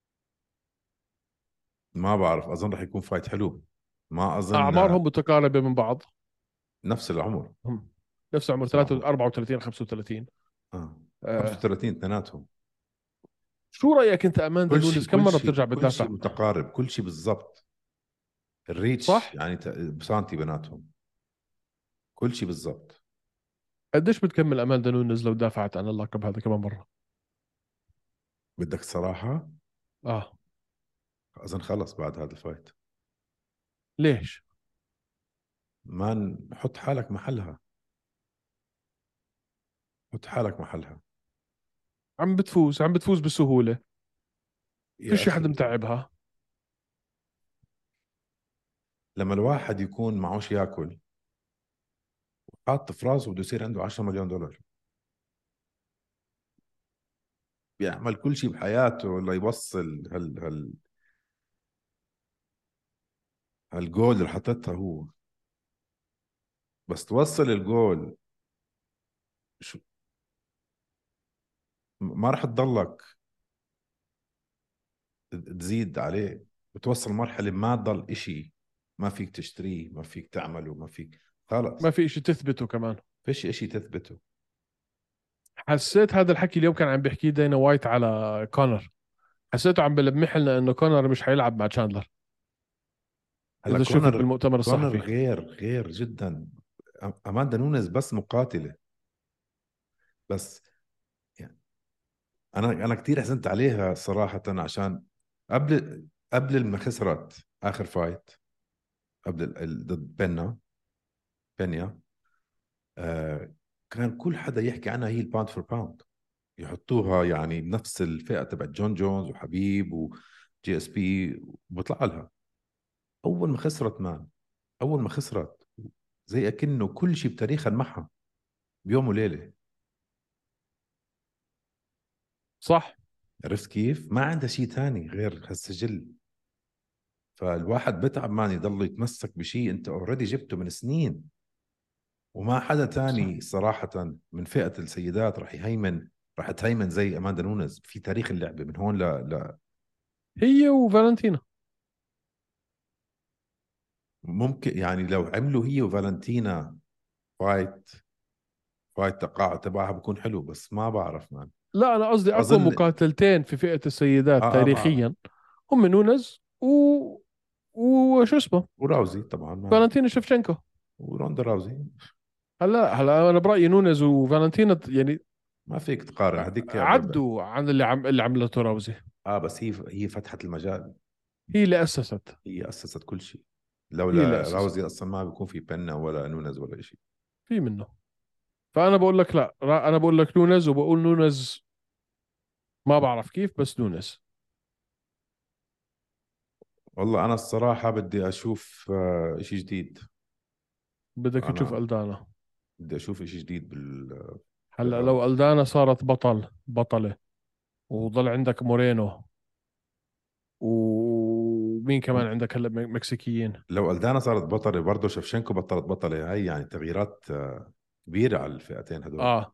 ما بعرف، اظن رح يكون فايت حلو. ما اظن. أعمارهم متقاربة من بعض. نفس العمر. هم نفس عمر نفس العمر. 34 35. اه آه 35 اثنيناتهم. شو رأيك أنت أماندا كل شيء نونز كم كل مرة شيء بترجع كل بتدافع؟ شيء متقارب، كل شيء بالضبط. الريتش صح؟ يعني بسانتي بيناتهم. كل شيء بالضبط. قديش بتكمل أماندا نونز لو دافعت عن اللقب هذا كمان مرة؟ بدك الصراحة. آه اظن خلص بعد هذا الفايت. ليش؟ ما نحط حالك محلها. حط حالك محلها. عم بتفوز بسهولة. يا فيش حد اخي متعبها. لما الواحد يكون معوش ياكل حاط في راسه بده يصير عنده 10 مليون دولار، بيعمل كل شيء بحياته ليوصل هالجول اللي حطتها هو. بس توصل الجول شو، ما راح تضلك تزيد عليه. بتوصل مرحلة ما تضل إشي، ما فيك تشتريه، ما فيك تعمله، ما فيك. ما خلص. في إشي تثبته كمان. فيش إشي تثبته. حسيت هذا الحكي اليوم كان عم بيحكيه دينا وايت على كونر. حسيته عم بلمح لنا انه كونر مش حيلعب مع تشاندلر. هلا اذا شفت كونر. بالمؤتمر كونر الصحفي. غير جدا. أماندا نونز بس مقاتلة. بس يعني أنا كتير حزنت عليها صراحة، عشان قبل ما خسرت آخر فايت، قبل ضد بينيا. آه كان كل حدا يحكي عنها هي الباوند فور باوند، يحطوها يعني بنفس الفئة تبع جون جونز وحبيب وجي اس بي، وبطلع لها. أول ما خسرت أول ما خسرت زي أكنه كل شيء بتاريخها انمحى بيوم وليلة. صح. عرفت كيف؟ ما عندها شيء تاني غير هالسجل. فالواحد بتعب مان يضل يتمسك بشيء انت اوريدي جبته من سنين، وما حدا صح. تاني صراحة من فئة السيدات راح تهيمن زي أماندا نونز في تاريخ اللعبة من هون لا. هي وفالنتينا. ممكن يعني لو عملوا هي وفالنتينا فايت تقاعد تبعها بكون حلو، بس ما بعرف مان. لا انا قصدي اقوى أظن مقاتلتين في فئة السيدات بعرف. تاريخيا هم نونز وشو اسمه وراوزي طبعا ما. فالنتينا شفشنكو. وروندا راوزي. هلا انا برايي نونز وفالنتينا يعني ما فيك تقارن هذيك عدوا عن اللي عملته راوزي. بس هي فتحت المجال. هي اللي اسست. هي أسست كل شيء. هي اللي لولا اسست راوزي أصلا ما بيكون في بينا ولا نونز ولا شيء. في منه. فانا بقول لك لا، انا بقول لك نونز، وبقول نونز ما بعرف كيف، بس نونز. والله أنا الصراحة بدي أشوف شيء جديد. بدك تشوف أنا ألدانا. بدي اشوف شيء جديد هلا لو ألدانا صارت بطلة، وضل عندك مورينو، ومين كمان عندك هلا مكسيكيين. لو الدانا صارت بطلة برضه شفشنكو بطلت بطلة، هاي يعني تغييرات كبيرة على الفئتين هدول. اه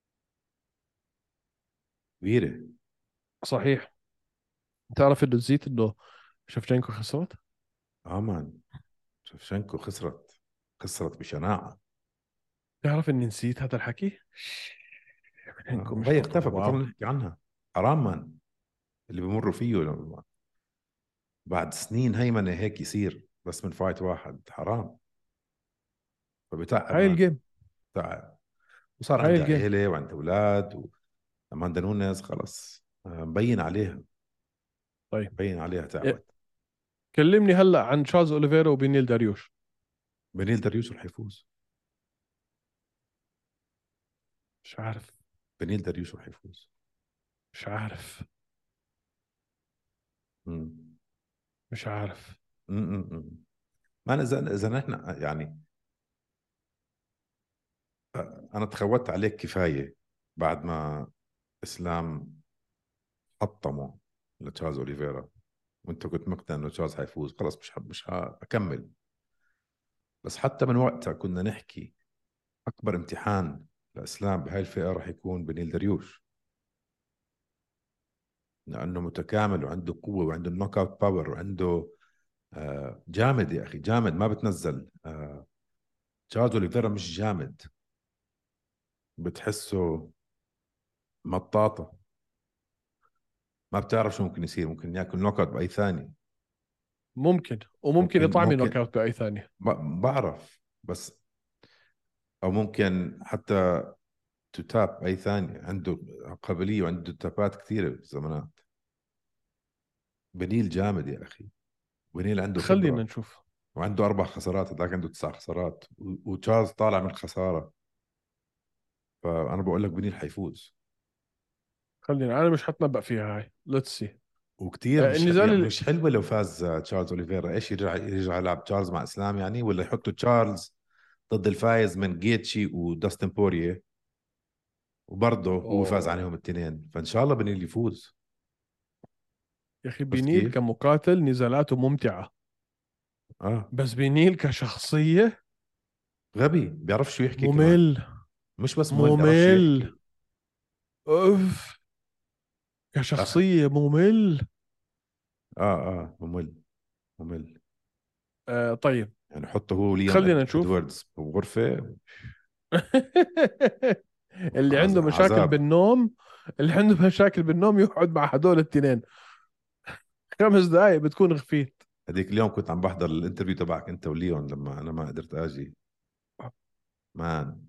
كبيرة. صحيح. تعرف انه نسيت انه شفشنكو خسرت. مان شفشنكو خسرت بشناعة. تعرف اني نسيت هذا الحكي. شفشنكو مش وهي بطلة، اختفت، واو. بطلنا نحكي عنها. حرام مان اللي بمروا فيه بعد سنين هيمنة هيك يصير بس من فايت واحد، حرام. فبتعب هاي مان. الجيم. تعب. وصار هاي عندها الجيم. عيلة وعندها أولاد. وأماندا نونيز خلص مبين عليها. طيب مبين عليها إيه، تعبت. كلمني هلا عن تشارلز اوليفيرا وبينيل داريوش. بنيل داريوش رح يفوز. مش عارف. بنيل داريوش رح يفوز. مش عارف. مم. مش عارف. مم. ما انا اذا نحن يعني انا تخوت عليك كفايه بعد ما اسلام حطمه لتشارلز اوليفيرا، وانت كنت مقتنع انه تشارلز حيفوز. خلص مش اكمل. بس حتى من وقتها كنا نحكي اكبر امتحان لاسلام بهاي الفئه راح يكون بنيل دريوش، لانه متكامل وعنده قوه وعنده النوك اوت باور وعنده جامد يا اخي، جامد ما بتنزل. تشارلز اوليفيرا مش جامد، بتحسه مطاطة، ما بتعرف شو ممكن يصير. ممكن ياكل نوك اوت باي ثاني. ممكن، وممكن ممكن يطعمي نوك ممكن اوت باي ثانيه. بعرف بس. او ممكن حتى تتاب اي ثاني، عنده قابليه وعنده تابات كثيره بالزمانات. بنيل جامد يا اخي. بنيل عنده خلينا خبره نشوف. وعنده 4 خسارات، هذاك عنده 9 خسارات وتشارلز طالع من خساره. فانا بقول لك بنيل حيفوز. خلينا، انا مش حتنبأ فيها هاي، ليتس سي. وكتير النزال اللي مش حلوه لو فاز تشارلز اوليفيرا. ايش يرجع يلعب تشارلز مع اسلام يعني، ولا يحطوا تشارلز ضد الفايز من جيتشي وداستن بوريه وبرضه هو فاز أوه. عليهم الاثنين. فان شاء الله بنيل يفوز. يا اخي بس بينيل كيف كمقاتل نزالاته ممتعه، اه بس بينيل كشخصيه غبي بيعرف شو يحكي كمان. ممل. مش بس مهم بيعرف شو ممل. يحكي. اوف. اخ كشخصيه ممل. ممل. ممل. طيب. يعني حطه هو ليون خلينا نشوف. ادواردز بغرفة. اللي عنده مشاكل عذاب. بالنوم، اللي عنده مشاكل بالنوم يقعد مع هدول الاثنين 5 دقائق بتكون غفيت. هذيك اليوم كنت عم بحضر الانترفيو تبعك انت وليون لما انا ما قدرت اجي. مان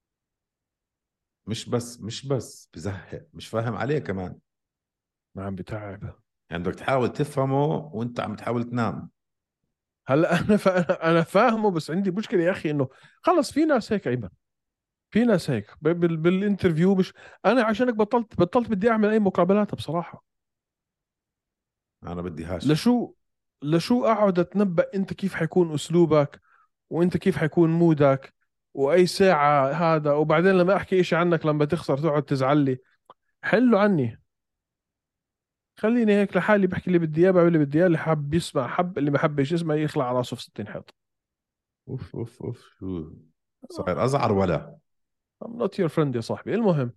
مش بس بزهق، مش فاهم عليه كمان. ما عم بتعب. يعني بدك تحاول تفهمه وانت عم تحاول تنام. هلا انا فاهمه، بس عندي مشكله يا اخي انه خلص في ناس هيك ايمن، في ناس هيك بالانترفيو مش. انا عشانك بطلت بدي اعمل اي مقابلات بصراحه. انا بدي هاش. لشو لشو اقعد اتنبأ انت كيف حيكون اسلوبك، وانت كيف حيكون مودك، واي ساعه هذا، وبعدين لما احكي اشي عنك لما تخسر تقعد تزعل لي. حلوا عني. خليني هيك لحالي بحكي اللي بدي اياه، بعمل اللي بدي اياه، اللي حب يسمع حب، اللي ما حبش يسمع يخلع على راسه في 60 حيط. اوف اوف اوف، شو صاير ازعر ولا؟ I'm not your friend يا صاحبي. المهم،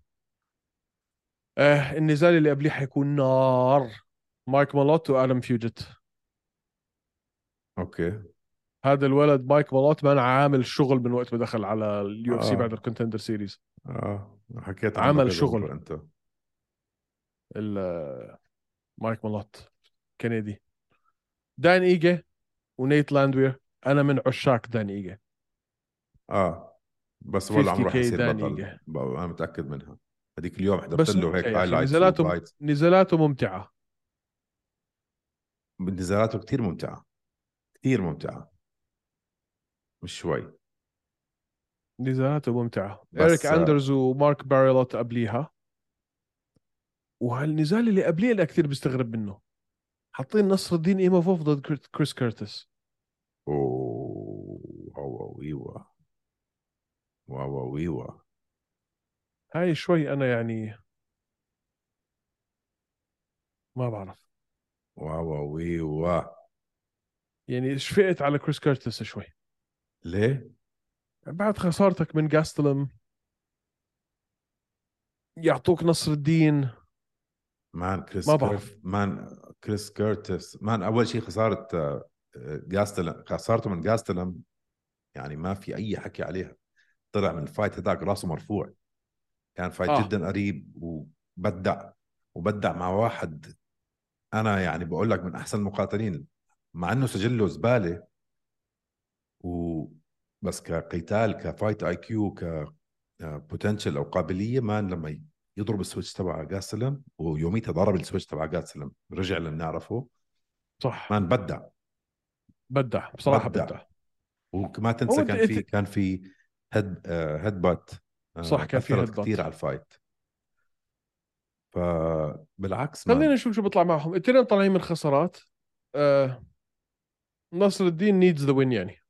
النزال اللي قبليه حيكون نار. مايك مالوت وادم فيوجت. اوكي. هذا الولد مايك مالوت ما عامل شغل من وقت ما دخل على اليو اف سي بعد اه الكونتندر سيريز. حكيت عنه عمل كذا شغل مرة انت. مايك مالوت كندي. دان ايجي ونيت لاندوير، انا من عشاق دان ايجي. اه بس ولا عمره 50K حيصير دان بطل، ايجي. انا متأكد منها. هذيك اليوم حضرت بس له ممتع هيك يا اخي، هايلايتس نزالاته وفايتس. نزالاته ممتعة. نزالاته كثير ممتعة، كثير ممتعة، مش شوي. نزالاته ممتعة. إريك بس أندرز ومارك باريلوت قبليها. وهالنزال اللي قبليه أنا كثير بستغرب منه، حاطين نصر الدين إيموفوف ضد كريس كيرتس. اوه واو ويوا، واو ويوا. هاي شوي أنا يعني ما بعرف، واو ويوا. يعني شفقت على كريس كيرتس شوي ليه؟ بعد خسارتك من جاستلم، يعطوك نصر الدين. مان كريس ما بعرف. مان كريس كيرتس مان، اول شيء خساره جاستلم، خسارته من جاستلم يعني ما في اي حكي عليها. طلع من الفايت هذاك راسه مرفوع، كان فايت آه جدا قريب، وبدع، وبدع مع واحد انا يعني بقول لك من احسن المقاتلين، مع انه سجله زباله. و بس كقتال، كفايت اي كيو، بوتنشل او قابليه، مان لما يضرب السويتش تبع جاسلم، ويوميتها ضرب السويتش تبع جاسلم رجع اللي بنعرفه. صح. مان بدع، بدع بصراحة بدع. بدع. وما تنسى هو كان في هيد بات، صح كان في اثرت هيد. كثير على الفايت. فبالعكس خلينا مان. نشوف شو بيطلع معهم. التنين طالعين من خسارات. آه نصر الدين نيدز ذا وين يعني.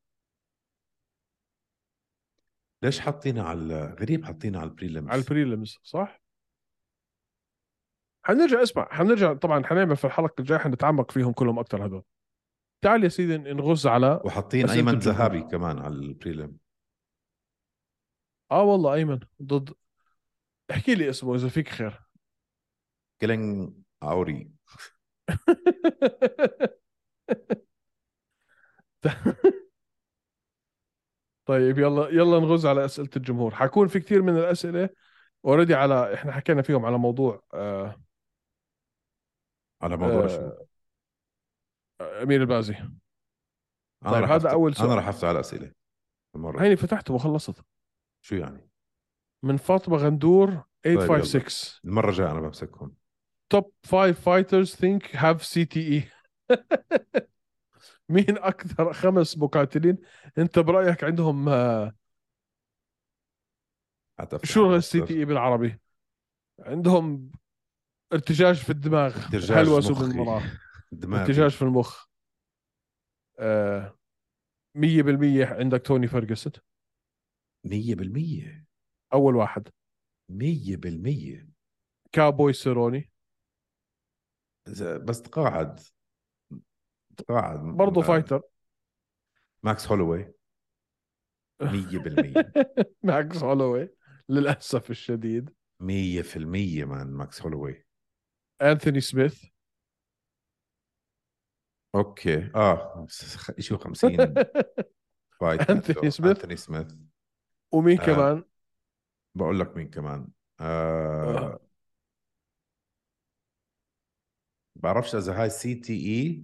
ليش حاطينها غريب، حاطينها على على البريلمز. البريلمز صح. حنرجع اسمع، حنرجع طبعا، حنعمل في الحلقة الجاية حنتعمق فيهم كلهم أكثر هذول. تعال يا سيدي نغز على وحاطين أسئلة ايمن ذهبي الجمهور. كمان على البريلم. آه والله أيمن ضد، احكي لي اسمه إذا فيك خير. كيلينج عوري. طيب يلا يلا نغز على أسئلة الجمهور. حكون في كثير من الأسئلة اوريدي، على احنا حكينا فيهم على موضوع على موضوع شو؟ آه أمير البازي. انا طيب راح هذا افتح أول انا سؤال. راح افتح على الاسئله المره. هيني فتحته وخلصت. شو يعني؟ من فاطمة غندور طيب يلا، 856. المره الجايه انا بمسكهم. توب 5 fighters think have CTE. مين أكثر 5 مقاتلين أنت برأيك عندهم حتفتح شو السي تي الماستر. اي بالعربي؟ عندهم ارتجاج في الدماغ، ارتجاج هلوسوا من مخي. وراه. ارتجاج دماغي. في المخ. 100% عندك توني فيرجسون 100%. أول واحد. 100%. كابوي سيروني بس تقاعد، تقاعد. برضه فايتر. ماكس هولوي. 100%. ماكس هولوي للأسف الشديد. 100% مان ماكس هولوي. أنثوني سميث. اوكي شو 50 فايت أنثوني عنده سميث. انثوني سميث. ومين آه كمان؟ بقول لك مين كمان. آه. بعرفش اذا هاي سي تي اي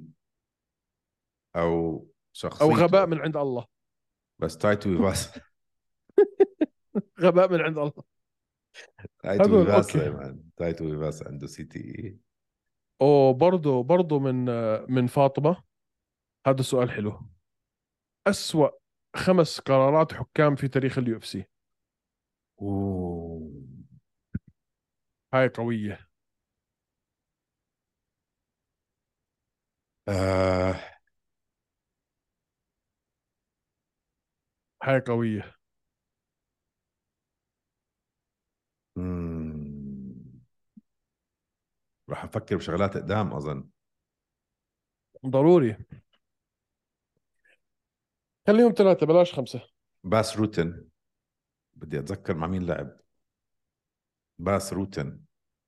او أو غباء شخصيته. من عند الله. بس تايتو ايفاسا. غباء من عند الله. تايتو هذول ايفاسا أوكي. يا مان، تايتو ايفاسا عنده سي تي اي. وبرضه من فاطمة. هذا سؤال حلو. أسوأ 5 قرارات حكام في تاريخ اليو اف سي. اوه. هاي قوية. آه هاي قوية. مم. راح افكر بشغلات قدام اظن. ضروري. خليهم 3 بلاش 5. باس روتن، بدي اتذكر مع مين لعب باس روتن.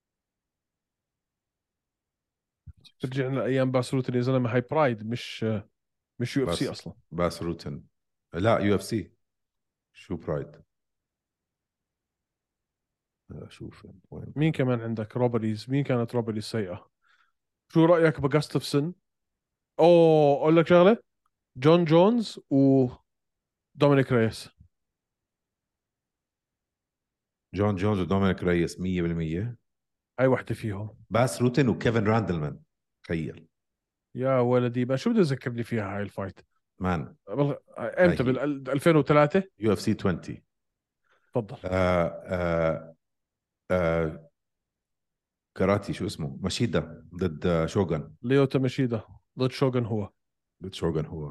ترجعنا لايام باس روتن يا زلمه، هاي برايد مش UFC باس اصلا. باس روتن، لا UFC. شو برايد؟ اشوف وين. مين كمان عندك روبريز؟ مين كانت روبريز سيئه؟ شو رايك بجاستفسون؟ اوه اقول لك شغله، جون جونز ودومينيك ريس. جون جونز ودومينيك ريس 100%. هاي وحده فيهم. باس روتن وكيفن راندلمان، تخيل. يا ولدي بقى شو بده يذكرني فيها هاي الفايت؟ مان هاي امتى؟ هي بال 2003؟ UFC 20. تفضل. آه آه كاراتي، شو اسمه، ماشيدا ضد شوغان. ليوتا ماشيدا ضد شوغن هو. ضد شوغان هو.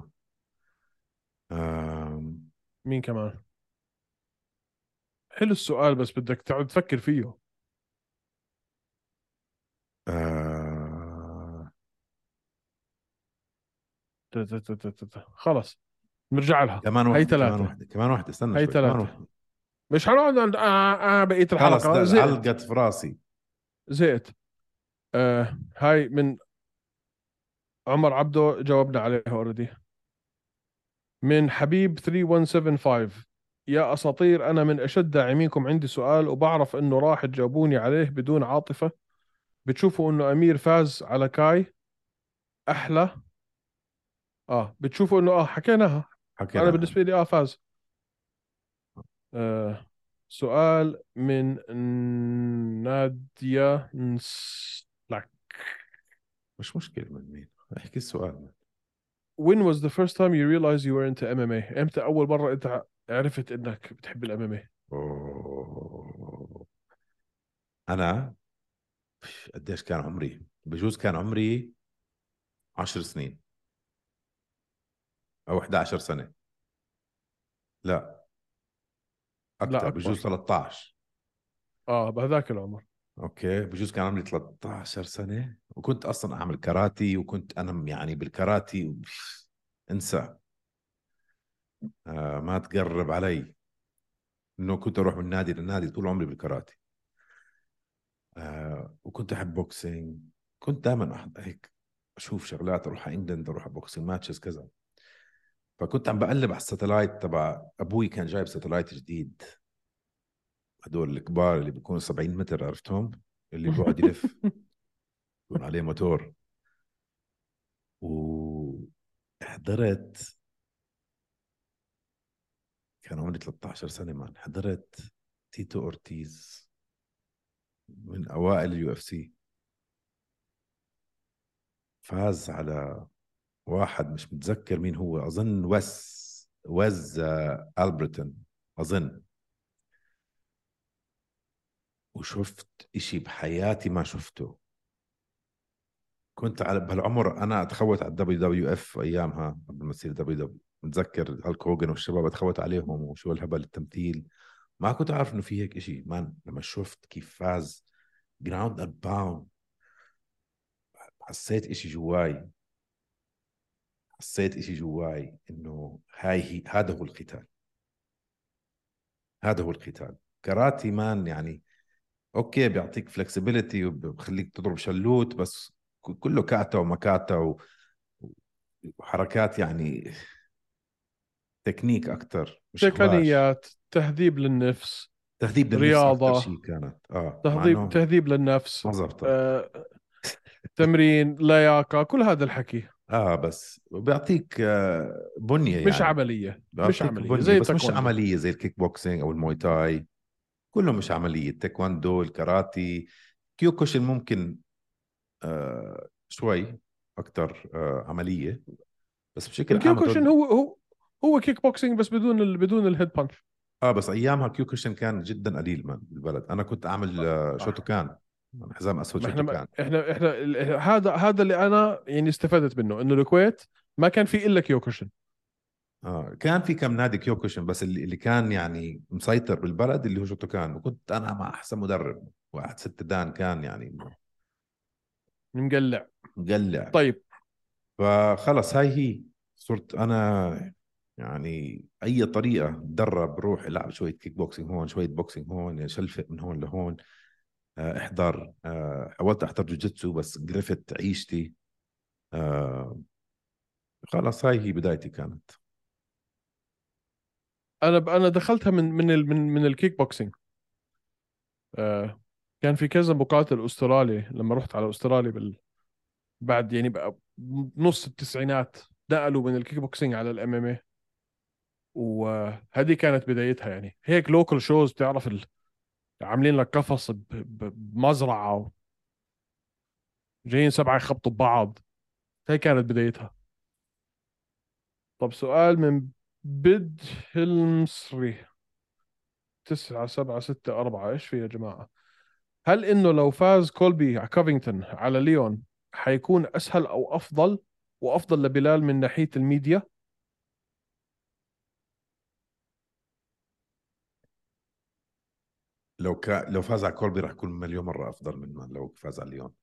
آه مين كمان؟ حلو السؤال بس بدك تقعد تفكر فيه. آه خلص نرجع لها. كمان هي واحدة، كمان 3. واحدة، كمان واحدة، استنى هي شوي، كمان 3. واحدة. مش حنقعد عند بقية خلص الحلقة. لا، زهقت. علقت في راسي. زهقت. هاي من عمر عبده، جاوبنا عليها اوريدي. من حبيب 3175: يا أساطير، أنا من أشد داعمينكم. عندي سؤال وبعرف إنه راح تجاوبوني عليه بدون عاطفة. بتشوفوا إنه أمير فاز على كاي أحلى؟ بتشوفوا إنه حكيناها. أنا حكينا. بالنسبة لي فاز. آه سؤال من نادية نسلك: مش مشكلة من مين، احكي السؤال. When was the first time you realized you were into MMA؟ امتى اول مرة انت عرفت انك بتحب الام ام اي؟ أوه. أنا قديش كان عمري؟ بجوز كان عمري 10 سنين أو 11 سنة. لا لا أكثر، اكبر. بجوز 13. بهذاك العمر. أوكي، بجوز كان عمري 13 سنة، وكنت أصلا أعمل كاراتي، وكنت أنا يعني بالكاراتي انسى. ما تقرب علي، إنه كنت أروح من نادي لنادي طول عمري بالكاراتي. وكنت أحب بوكسينج. كنت دائما هيك أشوف شغلات، أروح على إنجلند، أروح على بوكسينج ماتشز كذا. فكنت عم بقلب على الساتلايت تبع أبوي، كان جايب ساتلايت جديد، هدول الكبار اللي بيكونوا 70 متر، عرفتهم، اللي بيقعد يلف، يكون عليه موتور. وحضرت، كان عمري 13 سنة مان، حضرت تيتو أورتيز من أوائل اليو اف سي. فاز على واحد مش متذكر مين هو، أظن وز ألبرتون أظن. وشفت إشي بحياتي ما شفته. كنت على بهالعمر أنا أتخوت على الدبليو دبليو اف أيامها قبل ما تصير دبليو دبليو. متذكر هالك هوجن والشباب أتخوت عليهم، وشو الهبل التمثيل. ما كنت عارف إنه في هيك إشي مان. لما شفت كيف فاز جراوند أند باوند، حسيت إشي جواي. حسيت إشي جواي إنه هذا هو القتال. هذا هو القتال. كاراتي مان يعني اوكي، بيعطيك فلكسبيليتي وبخليك تضرب شلوت، بس كله كاتا ومكاتا وحركات يعني تكنيك اكثر، مش هواش. تقنيات، تهذيب للنفس، تهذيب للنفس اكثر رياضة، شيء كانت، مع انه تهذيب للنفس، ما زبطت. تمرين، لياقة، كل هذا الحكي. بس بيعطيك بنية مش يعني. عملية، مش بيعطيك عملية بنية، زي بس مش التايكوندو. عملية زي الكيك بوكسينج او الموي تاي. كله مش عملية. التايكوندو، الكاراتي، كيوكوشن ممكن شوي اكثر عملية، بس بشكل عام الكيوكوشن هو كيك بوكسينج بس بدون الهيد بانش. بس ايامها كيوكوشن كان جدا قليل من بالبلد. انا كنت اعمل شوتوكان، حزام اسود ما احنا شوتوكان. هذا اللي انا يعني استفدت منه، انه الكويت ما كان في الا كيوكوشن. كان في كم نادي كيوكوشن، بس اللي كان يعني مسيطر بالبلد اللي هو شوتوكان. وكنت انا مع احسن مدرب واحد، ست دان، كان يعني مقلع. مقلع. طيب فخلص هاي هي، صرت انا يعني اي طريقه اتدرب، روح العب شويه كيك بوكسينج هون، شويه بوكسينج هون، شلفت من هون لهون، احضر، حاولت احضر جوجيتسو بس قرفت عيشتي. آه، خلص هاي هي بدايتي كانت. انا دخلتها من الكيك بوكسينج. كان في كذا مقاتل استرالي لما رحت على استراليا بعد يعني بقى نص التسعينات نقلوا من الكيك بوكسينج على الام ام اي. وهذه كانت بدايتها، يعني هيك لوكال شوز بتعرف عاملين لك قفص بمزرعة، جايين سبعة يخبطوا ببعض. هي كانت بدايتها. طب سؤال من بد المصري 9764، ايش في يا جماعة؟ هل انه لو فاز كولبي على كوفينغتون على ليون حيكون اسهل او افضل، وافضل لبلال من ناحية الميديا؟ لو فاز على كولبي راح يكون مليون مره افضل من ما لو فاز على ليون.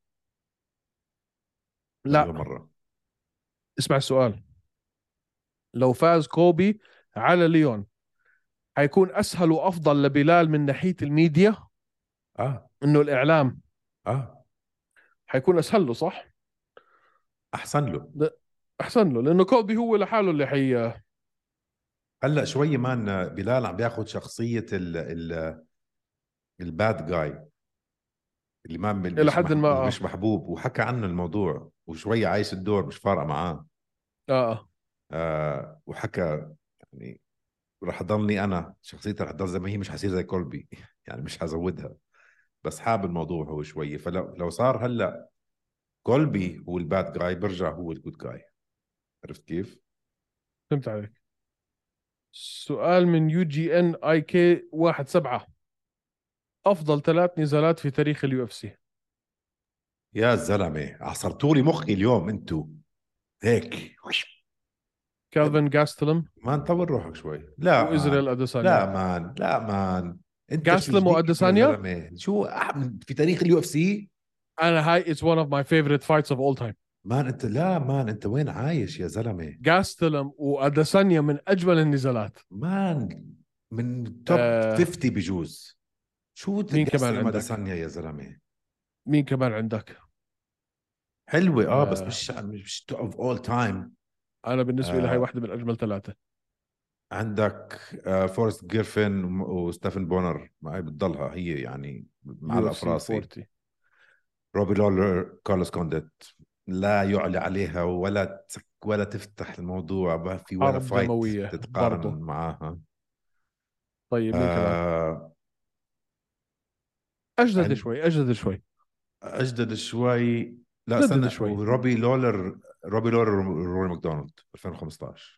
مليون لا، مره. اسمع السؤال. لو فاز كوبي على ليون حيكون اسهل وافضل لبلال من ناحية الميديا، اه انه الاعلام اه حيكون اسهل له، صح؟ احسن له. لا، احسن له لانه كوبي هو لحاله اللي هلا شوي مان بلال عم بياخذ شخصيه الباد جاي، اللي ما الى حد ما مش محبوب، وحكى عنه الموضوع وشوي عايش الدور مش فارقه معاه. اه وحكى يعني راح اضلني انا شخصيتي، راح تضل زي ما هي، مش حصير زي كولبي يعني مش هزودها. بس حاب الموضوع هو شوي، فلو صار هلا كولبي هو الباد جاي برجع هو الجود جاي. عرفت كيف؟ فهمت عليك. سؤال من يو جي ان اي كي 17، افضل ثلاث نزالات في تاريخ اليو اف سي؟ يا زلمه عصرتوا لي مخي اليوم انتو هيك. كالفن جاستلم ما نطور روحك شوي، لا مان. وإزرائيل أديسانيا. لا مان، لا مان. انت شو جاسلم جديد يا وأديسانيا. زلمه؟ شو في تاريخ اليو اف سي؟ أنا هاي it's one of my favorite fights of all time. مان انت، لا مان انت وين عايش يا زلمه؟ جاستلم وأديسانيا من أجمل النزالات. مان من توب آه 50 بجوز. شو مين كمان تقصر ما عندك؟ دسانيا يا زلمه؟ مين كمان عندك؟ حلوه بس آه مش توب اوف اول تايم. أنا بالنسبة لي هاي آه واحدة من أجمل ثلاثة. عندك فورست جيرفن وستيفن بونر، ما هي بتضلها هي يعني يو معلقه اف في سي راسي. 40. روبي لولر، كارلوس كونديت، لا يعلى عليها ولا تفتح الموضوع، ما في ولا حرب فايت دموية تتقارن برضه. معاها. طيب مين كمان؟ آه أجدد عند شوي، أجدد شوي. اجدد شوي. لا جدد استنى، شوي. روبي لولر روي ماكدونالد 2015.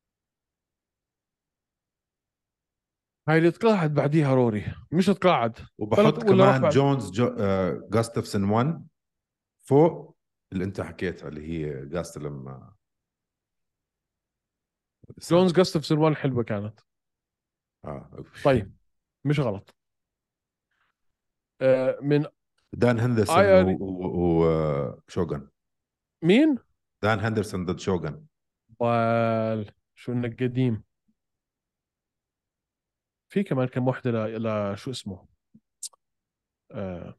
هاي اللي تقاعد بعديها روري، مش تقاعد وبحط ولا راح كمان بعد. جونز جاستفسون 1 فوق اللي انت حكيتها اللي هي جاستلم جونز ثانية. جاستفسون 1 حلوة كانت. اه طيب مش غلط. من دان هندرسون اي ار. وشوغان. مين؟ دان هندرسون ضد شوغان. شو انك قديم. في كمان كم وحده شو اسمه. آه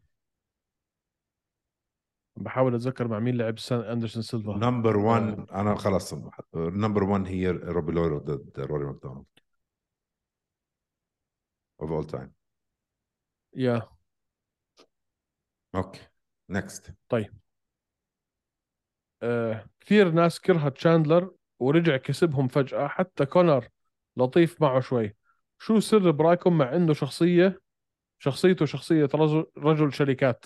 بحاول اتذكر مع مين لعب اندرسون سيلفا. نمبر آه 1 انا خلص، نمبر 1 هي روبي لوري ضد روري ماكدونالد اوف اول تايم. يا اوكي نكست. طيب. كثير ناس كرهت تشاندلر ورجع كسبهم فجأة، حتى كونر لطيف معه شوي. شو سر برايكم مع انه شخصيته شخصية رجل شركات؟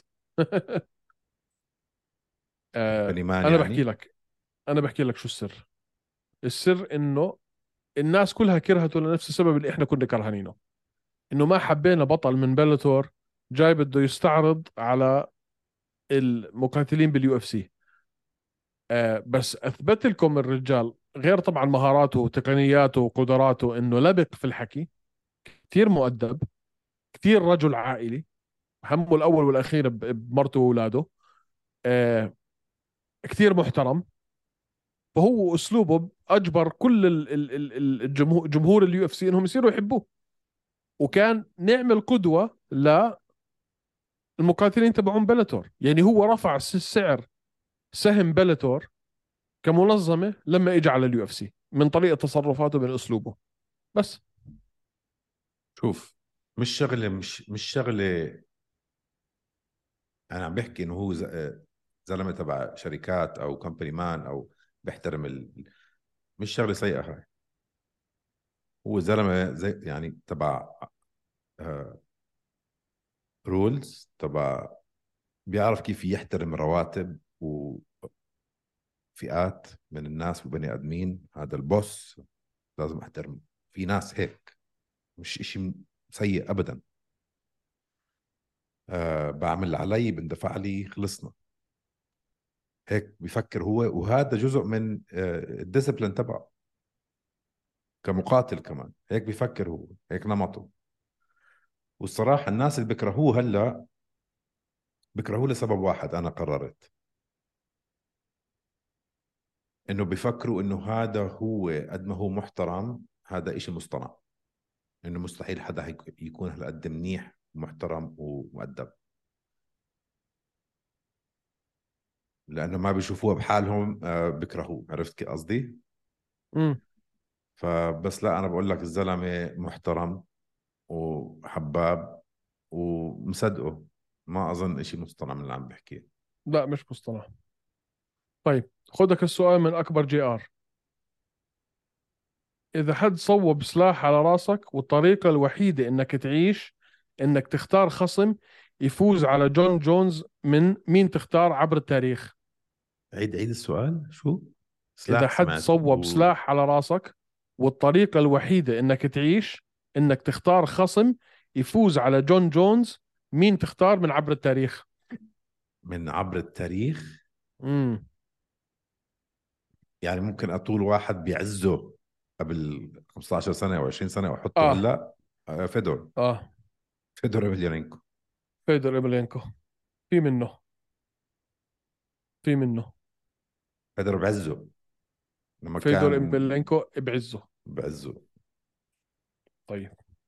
بني مان انا بحكي يعني. لك انا بحكي لك شو السر. السر انه الناس كلها كرهته لنفس السبب اللي احنا كنا كرهانينه، انه ما حبينا بطل من بلاتور جاي بده يستعرض على المقاتلين باليو اف سي. بس اثبت لكم الرجال، غير طبعا مهاراته وتقنياته وقدراته، انه لبق في الحكي، كثير مؤدب، كثير رجل عائلي، همه الاول والاخير بمرته واولاده. كثير محترم. فهو اسلوبه اجبر كل جمهور اليو اف سي انهم يصيروا يحبوه، وكان نعمل قدوة للمقاتلين تبعون بلاتور. يعني هو رفع سعر سهم بلاتور كمنظمة لما اجى على اليو اف سي من طريقة تصرفاته من اسلوبه بس. شوف، مش شغله. انا عم بحكي انه هو زلمه تبع شركات او كمباني مان او بيحترم مش شغله سيئه هاي. هو زلمه زي يعني تبع رولز، تبع بيعرف كيف يحترم رواتب وفئات من الناس وبني ادمين. هذا البوس لازم احترمه. في ناس هيك، مش اشي سيء ابدا. بعمل اللي علي، بندفع لي، خلصنا. هيك بيفكر هو، وهذا جزء من الديسبلين تبعه كمقاتل كمان. هيك بيفكر هو، هيك نمطه. والصراحة الناس اللي بيكرهوه هلا بيكرهوه لسبب واحد. أنا قررت إنه بيفكروا إنه هذا هو قد ما هو محترم، هذا إشي مصطنع. إنه مستحيل حدا يكون هالقد منيح ومحترم ومؤدب، لأنه ما بيشوفوها بحالهم. بيكرهوه. عرفت كيف قصدي؟ امم فبس لا، أنا بقول لك الزلمة محترم وحباب ومصدقه. ما أظن إشي مصطنع من اللي عم بحكيه. لا مش مصطلح. طيب خذك السؤال من اكبر جي ار. اذا حد صوب سلاح على راسك والطريقة الوحيدة انك تعيش انك تختار خصم يفوز على جون جونز، من مين تختار عبر التاريخ؟ عيد السؤال. شو؟ إذا سلاح حد سمعت صوب سلاح على راسك والطريقة الوحيدة إنك تعيش إنك تختار خصم يفوز على جون جونز، مين تختار من عبر التاريخ؟ من عبر التاريخ. امم يعني ممكن أطول واحد بيعزه قبل 15 سنة أو 20 سنة وأحطه آه هلأ. فيدور. آه فيدور إمليانينكو. فيدور إيميلينكو. في منه، في منه. فيدور بعزه لما فيدور كان إيميلينكو بعزه. بعزه. طيب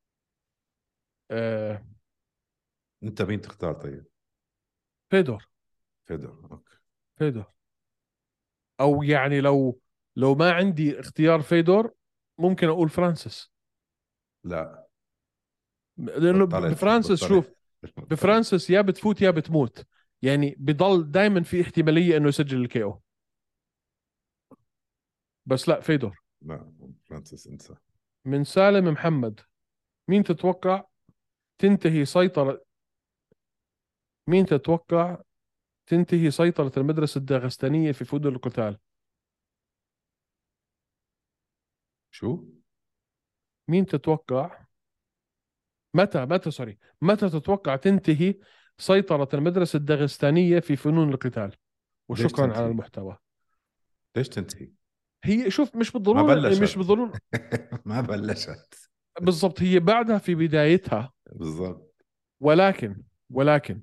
آه أنت مين تختار طيب؟ فيدور. فيدور. أوكي. فيدور. أو يعني لو ما عندي اختيار فيدور ممكن أقول فرانسيس. لا، لأنه بطلت بفرانسيس شوف، بطلت بطلت. بفرانسيس يا بتفوت يا بتموت. يعني بضل دائما في احتمالية انه يسجل الكي او. بس لا فيدور. لا، فرانسيس انسى. من سالم محمد. مين تتوقع تنتهي سيطرة مين تتوقع تنتهي سيطرة المدرسة الداغستانية في فنون القتال؟ شو؟ مين تتوقع متى تتوقع تنتهي سيطرة المدرسة الداغستانية في فنون القتال؟ ليش وشكرا على تنتهي؟ المحتوى. ليش تنتهي؟ هي شوف، ما مش بلشت. بالضرورة. ما بلشت. بالضبط، هي بعدها في بدايتها. بالضبط. ولكن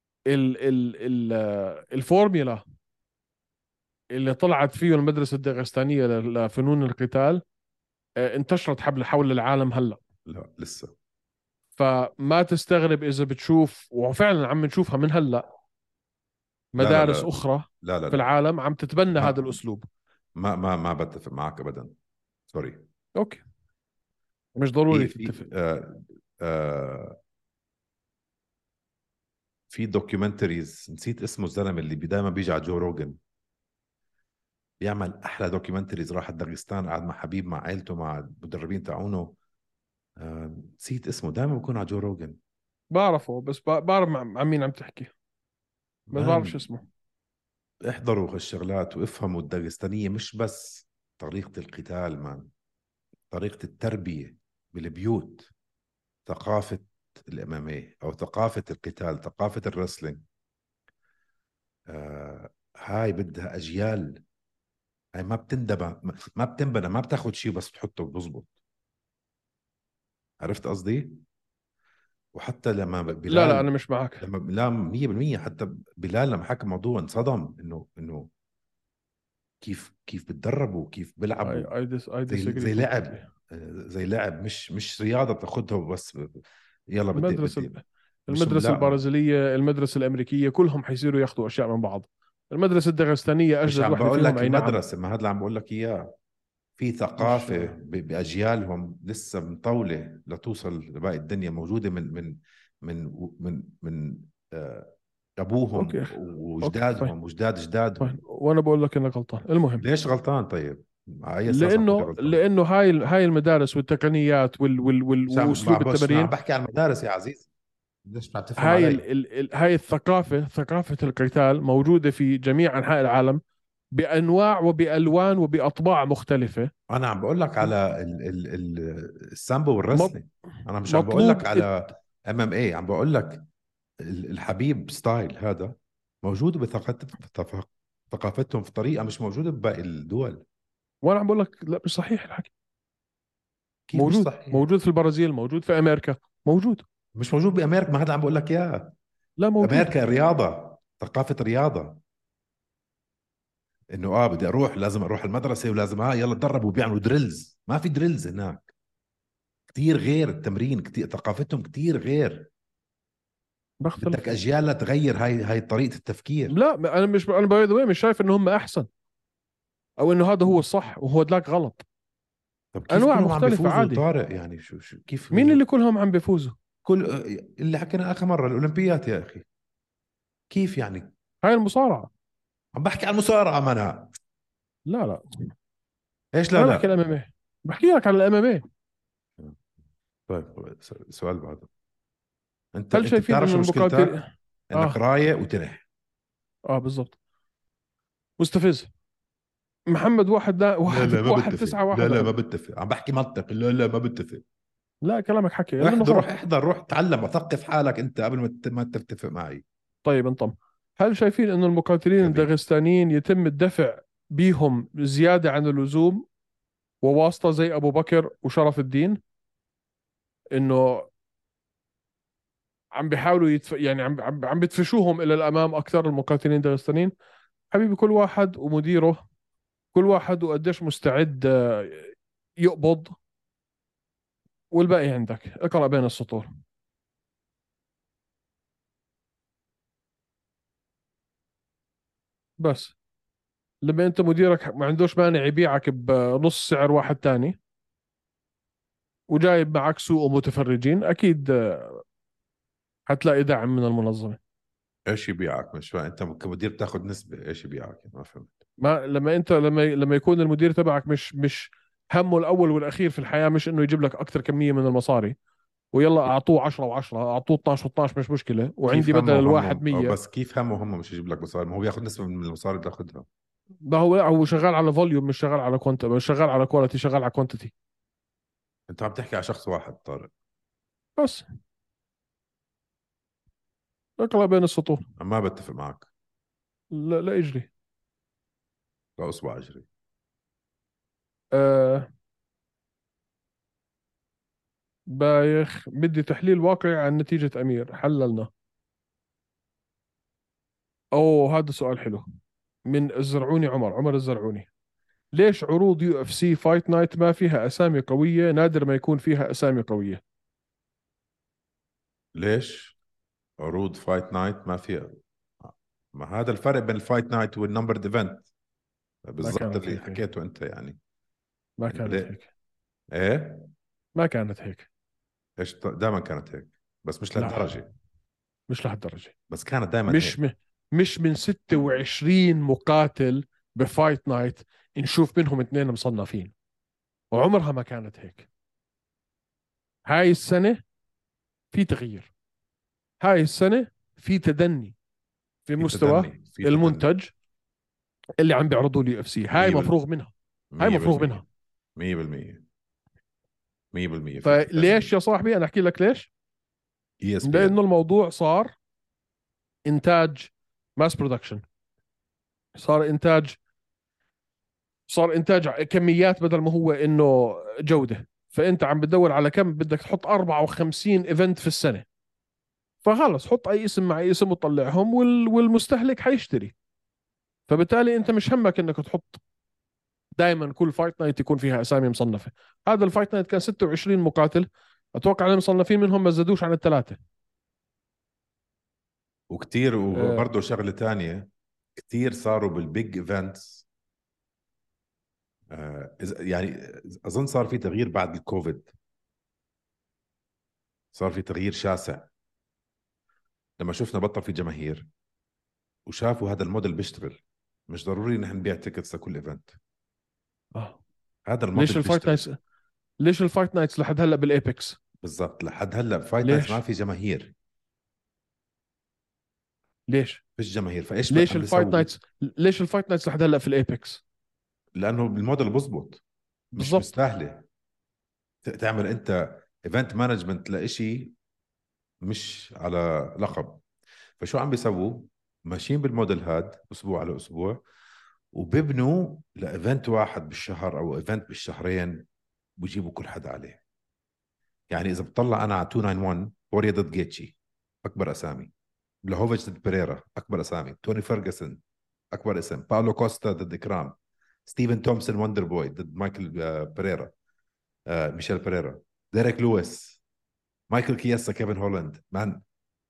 الفورميلا اللي طلعت فيه المدرسة الداغستانية لفنون القتال انتشرت حول العالم هلا. لا لسه. فما تستغرب إذا بتشوف، وفعلا عم نشوفها من هلا، لا لا مدارس لا أخرى لا لا في لا. العالم عم تتبنى هذا ما الأسلوب. ما بتفق معك ابدا. سوري. أوكي، مش ضروري في تتفق. آه في دوكيومنتريز، نسيت اسمه الزلمه اللي دائما بيجي على جو روجن، بيعمل احلى دوكيومنتريز. راح داغستان، قعد مع حبيب، مع عائلته، مع المدربين تاعونه. نسيت اسمه، دائما بكون على جو روجن. بعرفه، بس بعرف عن مين عم تحكي، بس بعرفش مان، اسمه. احضروا هالشغلات وافهموا الداغستانيه. مش بس طريقه القتال، مان، طريقه التربيه بالبيوت، ثقافه الاماميه او ثقافه القتال، ثقافه الرسلينج. هاي بدها اجيال. هاي ما بتندبى، ما بتنبنى، ما بتاخد شيء بس بتحطه بزبط. عرفت قصدي؟ وحتى لما لا لا أنا بلال، مش معك. لما لا 100% حتى بلال لما حكى الموضوع انصدم انه كيف بتدربوا، كيف بيلعبوا I disagree زي completely. لعب، زي لعب، مش رياضه بتاخدها وبس يلا بدي المدرسة بدي مش المدرسة لا. البرازيلية، المدرسة الأمريكية، كلهم حيصيروا ياخذوا أشياء من بعض. المدرسة الدغستانية مش أجدد عم واحدة بقول فيهم، لك أي نعم. المدرسه، ما هذا اللي عم بقول لك اياه. في مش ثقافه باجيالهم لسه مطوله لتوصل لباقي الدنيا، موجوده من أوكي. ابوهم أوكي فاين. وجدادهم وجداد فاين جدادهم. وأنا بقول لك إنك غلطان. المهم، ليش غلطان طيب؟ على اي اساس عم تقول لي لأنه غلطان؟ لأنه هاي المدارس والتقنيات ما وأسلوب بس ما عم التمرين. بحكي عن المدارس يا عزيزي، ليش ما عم تفهم هاي علي؟ هاي الثقافة، ثقافة القتال موجودة في جميع أنحاء العالم، بأنواع وبألوان وبأطباع مختلفة. انا عم بقول لك على السامبو مط- والرسلينج. انا مش عم بقول مطلوب لك على MMA، عم بقول لك الحبيب ستايل هذا موجود ثقافتهم في طريقه مش موجوده بباقي الدول. وأنا عم بقول لك لا، مش صحيح الحكي. كيف مش موجود، صحيح؟ موجود في البرازيل، موجود في أمريكا، موجود. مش موجود بامريكا، ما هذا عم بقول لك اياه. لا موجود. امريكا رياضه، ثقافه رياضه، انه بدي اروح، لازم اروح المدرسه ولازم يلا تدربوا وبيعملوا دريلز. ما في دريلز هناك، كتير غير التمرين، كتير ثقافتهم كتير غير. بدك بختلف. اجيال تغير هاي طريقه التفكير. لا انا مش، انا باي ذا مش شايف ان هم احسن او انه هذا هو الصح وهو ذاك غلط. طب كيف انواع كلهم عم مختلفة بيفوزوا عادي. طارق؟ يعني شو كيف مين اللي كلهم عم بيفوزوا؟ كل اللي حكينا اخر مره الاولمبيات يا اخي، كيف يعني؟ هاي المصارعة. عم بحكي عن المصارعه ما انا. لا لا، ايش لا انا بحكي لا؟ الام ام اي، بحكي لك على الام ام اي. طيب سؤال بعده. انت هل انت شايفين بتعرف انه شو المقاتل مشكلتك؟ انك اه رايق وتنح. اه بالضبط، مستفز. محمد واحد دا لا واحد لا ما واحد بتفق، تسعة لا واحد لا ما عندك. بتفق، عم بحكي منطق، لا لا ما بتفق. لا كلامك حكي لانه احضر، روح غلط. احضر، روح تعلم وثقف حالك انت قبل ما تتفق معي. طيب انطم. هل شايفين انه المقاتلين جميل. الداغستانيين يتم الدفع بيهم زيادة عن اللزوم وواسطة زي ابو بكر وشرف الدين، انه عم بيحاولوا يعني عم بتفشوهم الى الامام اكثر المقاتلين الداغستانيين؟ حبيبي كل واحد ومديره، كل واحد وقديش مستعد يقبض، والباقي عندك اقرا بين السطور. بس لما انت مديرك ما عندوش مانع يبيعك بنص سعر واحد تاني وجايب معك سوق ومتفرجين، اكيد حتلاقي دعم من المنظمه. ايش يبيعك؟ مش فاهم. انت كمدير بتاخذ نسبة، ايش يبيعك؟ ما فهمت. ما لما انت لما يكون المدير تبعك مش همه الاول والاخير في الحياه مش انه يجيب لك اكثر كميه من المصاري، ويلا اعطوه 10 و10، اعطوه 12 و12 مش مشكله، وعندي كيف بدل همه الواحد وهمهم؟ أو 100. بس كيف همه وهم مش يجيب لك مصاري؟ ما هو بياخذ نسبة من المصاري اللي بتاخذها. ما هو شغال على فوليوم، مش شغال على كوانت، مش شغال على كواليتي، شغال على كوانتيتي. انت عم تحكي على شخص واحد طارق. بس اقرا بين السطور. ما بتفق معك. لا لا اجري. لا اصبع اجري. آه بايخ، بدي تحليل واقعي عن نتيجة أمير، حللنا. أوه هذا سؤال حلو من الزرعوني، عمر الزرعوني. ليش عروض يو اف سي فايت نايت ما فيها أسامي قوية؟ نادر ما يكون فيها أسامي قوية. ليش عروض فايت نايت ما فيها؟ ما هذا الفرق بين الفايت نايت والنمبرد ايفنت، ما بالضبط كانت اللي هيك. حكيته انت يعني. ما انه كانت ليه؟ هيك. ايه. ما كانت هيك. ايش دائما كانت هيك، بس مش لا لهالدرجة. مش لهالدرجة. بس كانت دائما مش هيك. مش من 26 مقاتل بفايت نايت نشوف منهم اثنين مصنفين، وعمرها ما كانت هيك. هاي السنة في تغيير، هاي السنة في تدني في في تدني، مستوى في تدني. المنتج اللي عم بيعرضوا لي اف سي. هاي 100%. مفروغ منها، هاي مفروغ 100%. منها. 100%. 100% في فليش تدني. يا صاحبي؟ انا احكي لك ليش. اي اس بي لانه ان. الموضوع صار انتاج ماس برودكشن، صار انتاج، صار انتاج كميات بدل ما هو انه جودة. فانت عم بتدور على كم بدك تحط 54 ايفنت في السنة. فخلص حط اي اسم مع اي اسم وطلعهم والمستهلك حيشتري. فبالتالي انت مش همك انك تحط دائما كل فايت نايت يكون فيها اسامي مصنفه. هذا الفايت نايت كان 26 مقاتل، اتوقع المصنفين منهم ما زادوش عن الثلاثه. وكتير. آه. وبرضه شغله تانية، كتير صاروا بالبيج ايفنتس. يعني اظن صار في تغيير بعد الكوفيد، صار في تغيير شاسع لما شفنا بطل في جماهير وشافوا هذا الموديل بيشتغل. مش ضروري نحن نبيع تيكتس لكل ايفنت. آه. هذا ليش الموديل الفايت بيشتغل. نايتس ليش الفايت نايتس لحد هلا بالايبكس؟ بالضبط، لحد هلا فايت نايتس ما ليش في جماهير، ليش فيش جماهير. فايش ليش بقى الفايت بيسووا؟ نايتس ليش الفايت نايتس لحد هلا في الايبكس؟ لانه الموديل بزبط. مش بالضبط. مستاهله تعمل انت ايفنت مانجمنت لإشي مش على لقب. فشو عم بيسووا؟ ماشيين بالموديل هاد اسبوع على اسبوع، وبيبنوا لايفنت واحد بالشهر او ايفنت بالشهرين، بيجيبوا كل حدا عليه. يعني اذا بطلع انا على 291، بوريا ضد جيتشي، اكبر اسامي. بلاهوفيتش ضد بيريرا، اكبر اسامي. توني فيرجسون، اكبر اسم. باولو كوستا ضد اكرام. ستيفن تومسون وندر بوي ضد مايكل بيريرا، ميشيل بيريرا. ديريك لويس، مايكل كياسا، كيفن هولاند. مان،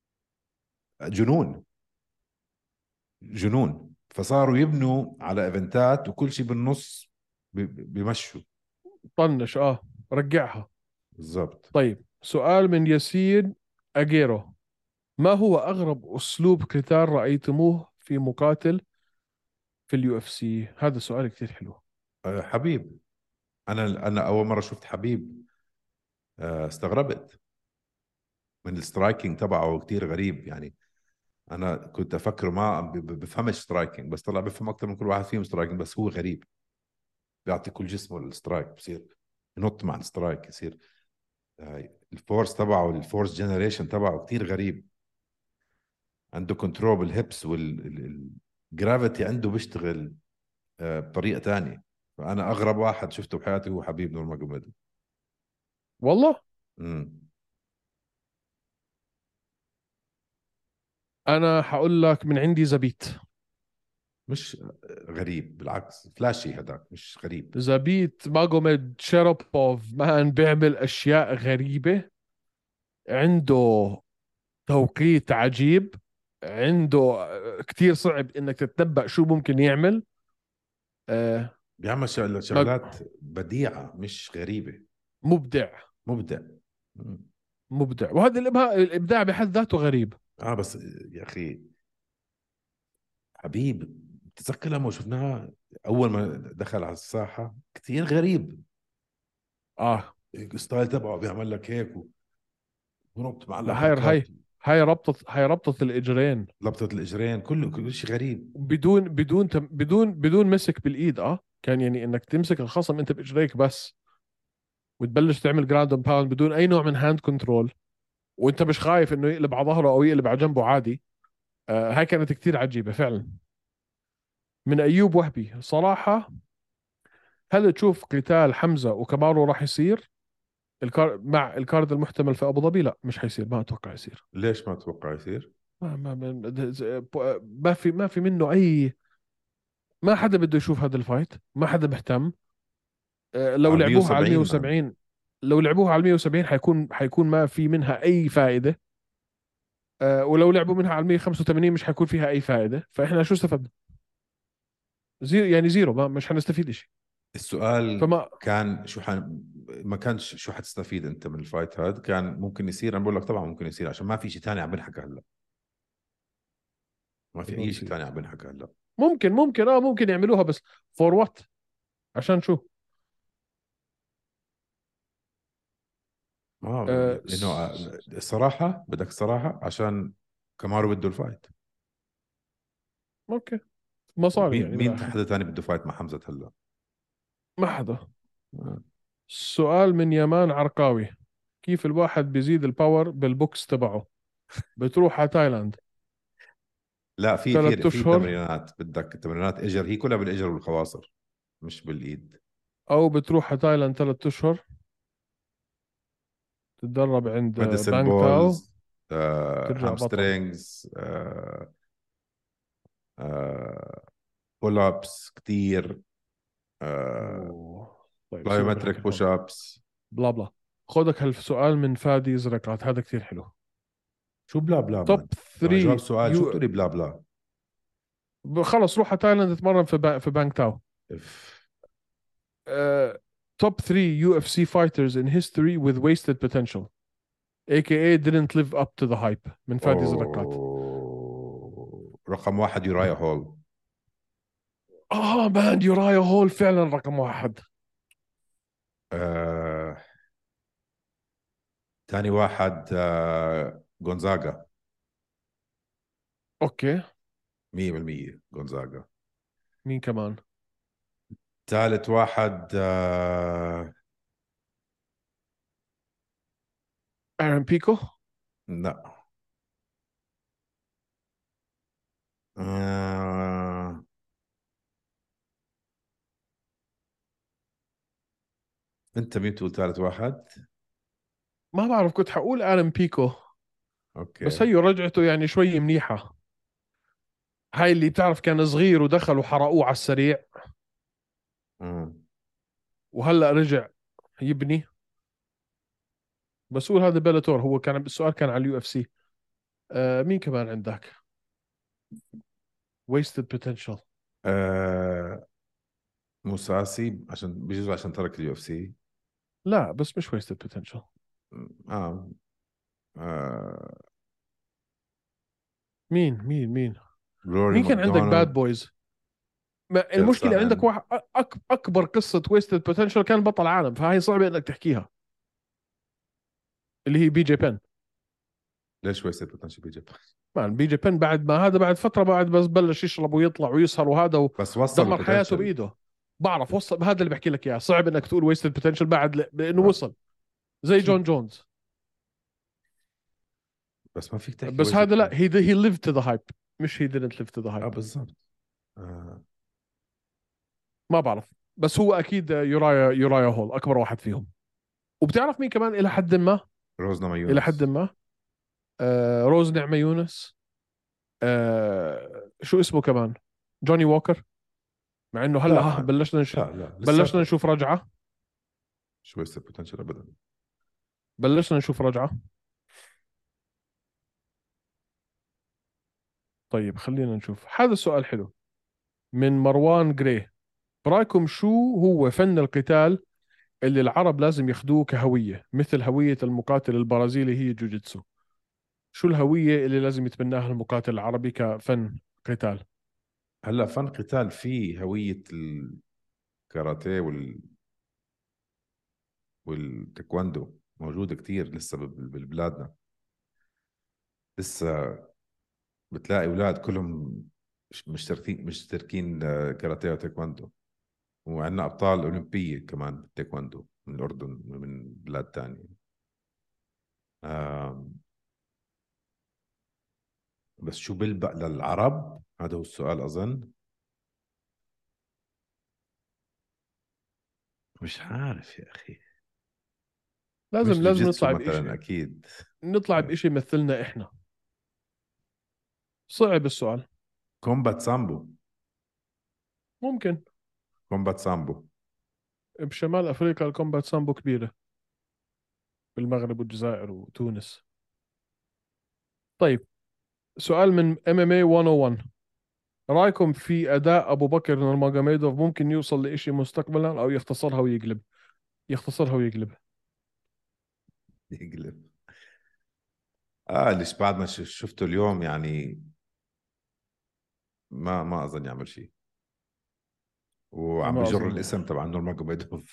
جنون جنون. فصاروا يبنوا على ايفنتات وكل شيء بالنص بيمشوا. طنش رجعها. بالضبط. طيب سؤال من ياسين اجيرو: ما هو اغرب اسلوب قتال رايتموه في مقاتل في اليو اف سي؟ هذا سؤال كثير حلو. حبيب. انا اول مره شفت حبيب استغربت من السترايكينج تبعه، كتير غريب يعني. انا كنت افكره ما بفهمش سترايكينج، بس طلع بفهم اكثر من كل واحد فيهم سترايكينج. بس هو غريب، بيعطي كل جسمه السترايك، بصير ينط مع السترايك، يصير الفورس تبعه، الفورس جنريشن تبعه كتير غريب. عنده كنترول بالهيبس، والجرافيتي عنده بيشتغل بطريقة تانية. فأنا أغرب واحد شفته بحياتي هو حبيب نورماجوميدov. والله امم انا حقول لك من عندي زبيت. مش غريب، بالعكس فلاشي، هذاك مش غريب. زبيت ماجوميد شيروبوف مان بيعمل اشياء غريبة، عنده توقيت عجيب، عنده كتير صعب انك تتنبأ شو ممكن يعمل. آه، بيعمل ماج- شغلات بديعة مش غريبة. مبدع. مبدع. مم. مبدع، وهذا الابداع بحد ذاته غريب. بس يا أخي، حبيب تتذكر لما شفناه أول ما دخل على الساحة؟ كثير غريب. اه الستايل تبعه بيعمل لك هيك ونط مع لا، هاي الابركات، هاي ربطة الاجرين لبطة الاجرين، كل شيء غريب. بدون مسك بالايد. كان يعني انك تمسك الخصم انت باجريك بس، وتبلش تعمل جراوند اند باوند بدون اي نوع من هاند كنترول، وانت مش خايف انه يقلب على ظهره او يقلب على جنبه عادي. هاي كانت كتير عجيبة فعلا. من ايوب وهبي: صراحة هل تشوف قتال حمزة وكمارو راح يصير مع الكارد المحتمل في ابو ظبي؟ لا مش حيصير، ما اتوقع يصير. ليش ما تتوقع يصير؟ ما في منه اي. ما حدا بده يشوف هذا الفايت، ما حدا مهتم. لو على لعبوها على 170 مان. 170، لو لعبوها على 170 حيكون ما في منها اي فائده. ولو لعبوا منها على 185 مش حيكون فيها اي فائده، فاحنا شو استفدنا؟ زيرو يعني زيرو، مش حنستفيد شيء. السؤال فما كان ما كانش شو حتستفيد انت من الفايت هذا. كان ممكن يصير، انا بقول لك طبعا ممكن يصير، عشان ما في شيء ثاني عم بنحكى هلا. ما في ما اي شيء بصير. ثاني عم بنحكى هلا. ممكن يعملوها، بس فور وات؟ عشان شو؟ ما آه انه س- الصراحه، بدك الصراحه، عشان كمارو بده الفايت. اوكي، مصاري مين يعني مين بالاخر. حدا ثاني بده فايت مع حمزه هلا؟ ما حدا. آه. سؤال من يمان عرقاوي: كيف الواحد بيزيد الباور بالبوكس تبعه؟ بتروح على تايلاند لا، في 3 اشهر، تمرينات، بدك تمرينات اجر، هي كلها بالاجر والخواصر مش بالايد. او بتروح على تايلاند 3 اشهر تتدرب عند ميديسن بانج تاو. بولز، ترجع بطل. هامسترينجز، بول ابس كتير، طيب سيبك من بايومتريك الحكي بوش الفاضي. ابس. بلا بلا. خذك هالسؤال من فادي زرقات، هذا كثير حلو. شو بلا بلا توب مان؟ لما جواب 3 سؤال شو بتقولي بلا بلا؟ خلص روح على تايلاند اتمرن في بانك تاو. اف. Top 3 UFC fighters in history with wasted potential aka didn't live up to the hype من فادي زرقات. رقم واحد يورايا هول. مان يورايا هول فعلا رقم واحد. ثاني واحد غونزاغا. اوكي 100% غونزاغا. مين كمان؟ ثالث واحد ارون بيكو. لا. آه... انت مين تقول ثالث واحد؟ ما بعرف، كنت حقول ارون بيكو بس اوكي. هي رجعته يعني شوي منيحة. هاي اللي بتعرف كان صغير ودخل وحرقوه على السريع مم. وهلا رجع يبني. بس قول هذا بيلاتور، هو كان السؤال كان على اليو اف سي. مين كمان عندك؟ wasted potential. آه... موساسي عشان بيجوز عشان ترك اليو اف سي. لا بس مش wasted potential. آه. آه... مين روري مين كان عندك باد ماكدونالد. بويز؟ شيل المشكلة عندك سانن. واحد أكبر قصة wasted potential كان بطل عالم، فهي صعبة إنك تحكيها، اللي هي بي جي بن. ليش ويست بوتنشل بيجي؟ مان بي جي بن بعد ما هذا بعد فترة بعد بس بلش يشرب ويطلع ويسهر وهذا بس وصل ودمر حياته البوتنشل. بإيده. بعرف وصل، هذا اللي بحكي لك إياه، صعب إنك تقول wasted potential بعد لأنه آه. وصل زي جون أكيد. جونز. بس ما فيك تحكي بس ويست. هذا لا he lived to the hype مش he didn't live to the hype. بالضبط. آه. ما بعرف بس هو أكيد يورايا هول أكبر واحد فيهم. وبتعرف مين كمان إلى حد ما؟ روزنا إلى حد مايونس. ما روز نعمة يونس. شو اسمه كمان؟ جوني ووكر. مع انه هلا ها لا لا لا بلشنا لساته نشوف رجعة. مش ويست بوتنشل ابدا. بلشنا نشوف رجعة. طيب خلينا نشوف، هذا السؤال حلو من مروان جري. برايكم شو هو فن القتال اللي العرب لازم ياخذوه كهوية مثل هوية المقاتل البرازيلي هي جوجيتسو؟ شو الهوية اللي لازم يتبناها المقاتل العربي كفن قتال؟ هلا فن قتال فيه هوية الكاراتيه والتايكوندو موجودة كتير لسه ببلادنا. لسه بتلاقي أولاد كلهم مشتركين كاراتيه وتايكوندو. وعندنا أبطال أولمبية كمان بالتايكوندو من الأردن ومن بلاد تانية. آم، بس شو بيلبق للعرب؟ هذا هو السؤال أظن. مش عارف يا أخي. مش لازم جوجيتسو نطلع مثلا بإشي، أكيد. نطلع بإشي يمثلنا إحنا. صعب السؤال. كومبات سامبو. ممكن. كومبات سامبو. بشمال أفريقيا الكومبات سامبو كبيرة، بالمغرب والجزائر وتونس. طيب سؤال من MMA 101. رأيكم في أداء أبو بكر نورماجомедov، ممكن يوصل لإشي مستقبلا أو يختصرها ويقلب؟ يختصرها ويقلب. يقلب. ليش بعد ما شفته اليوم يعني ما اظن يعمل شيء. وعم ما بجر أظن. الاسم تبع نورماجوميدوف.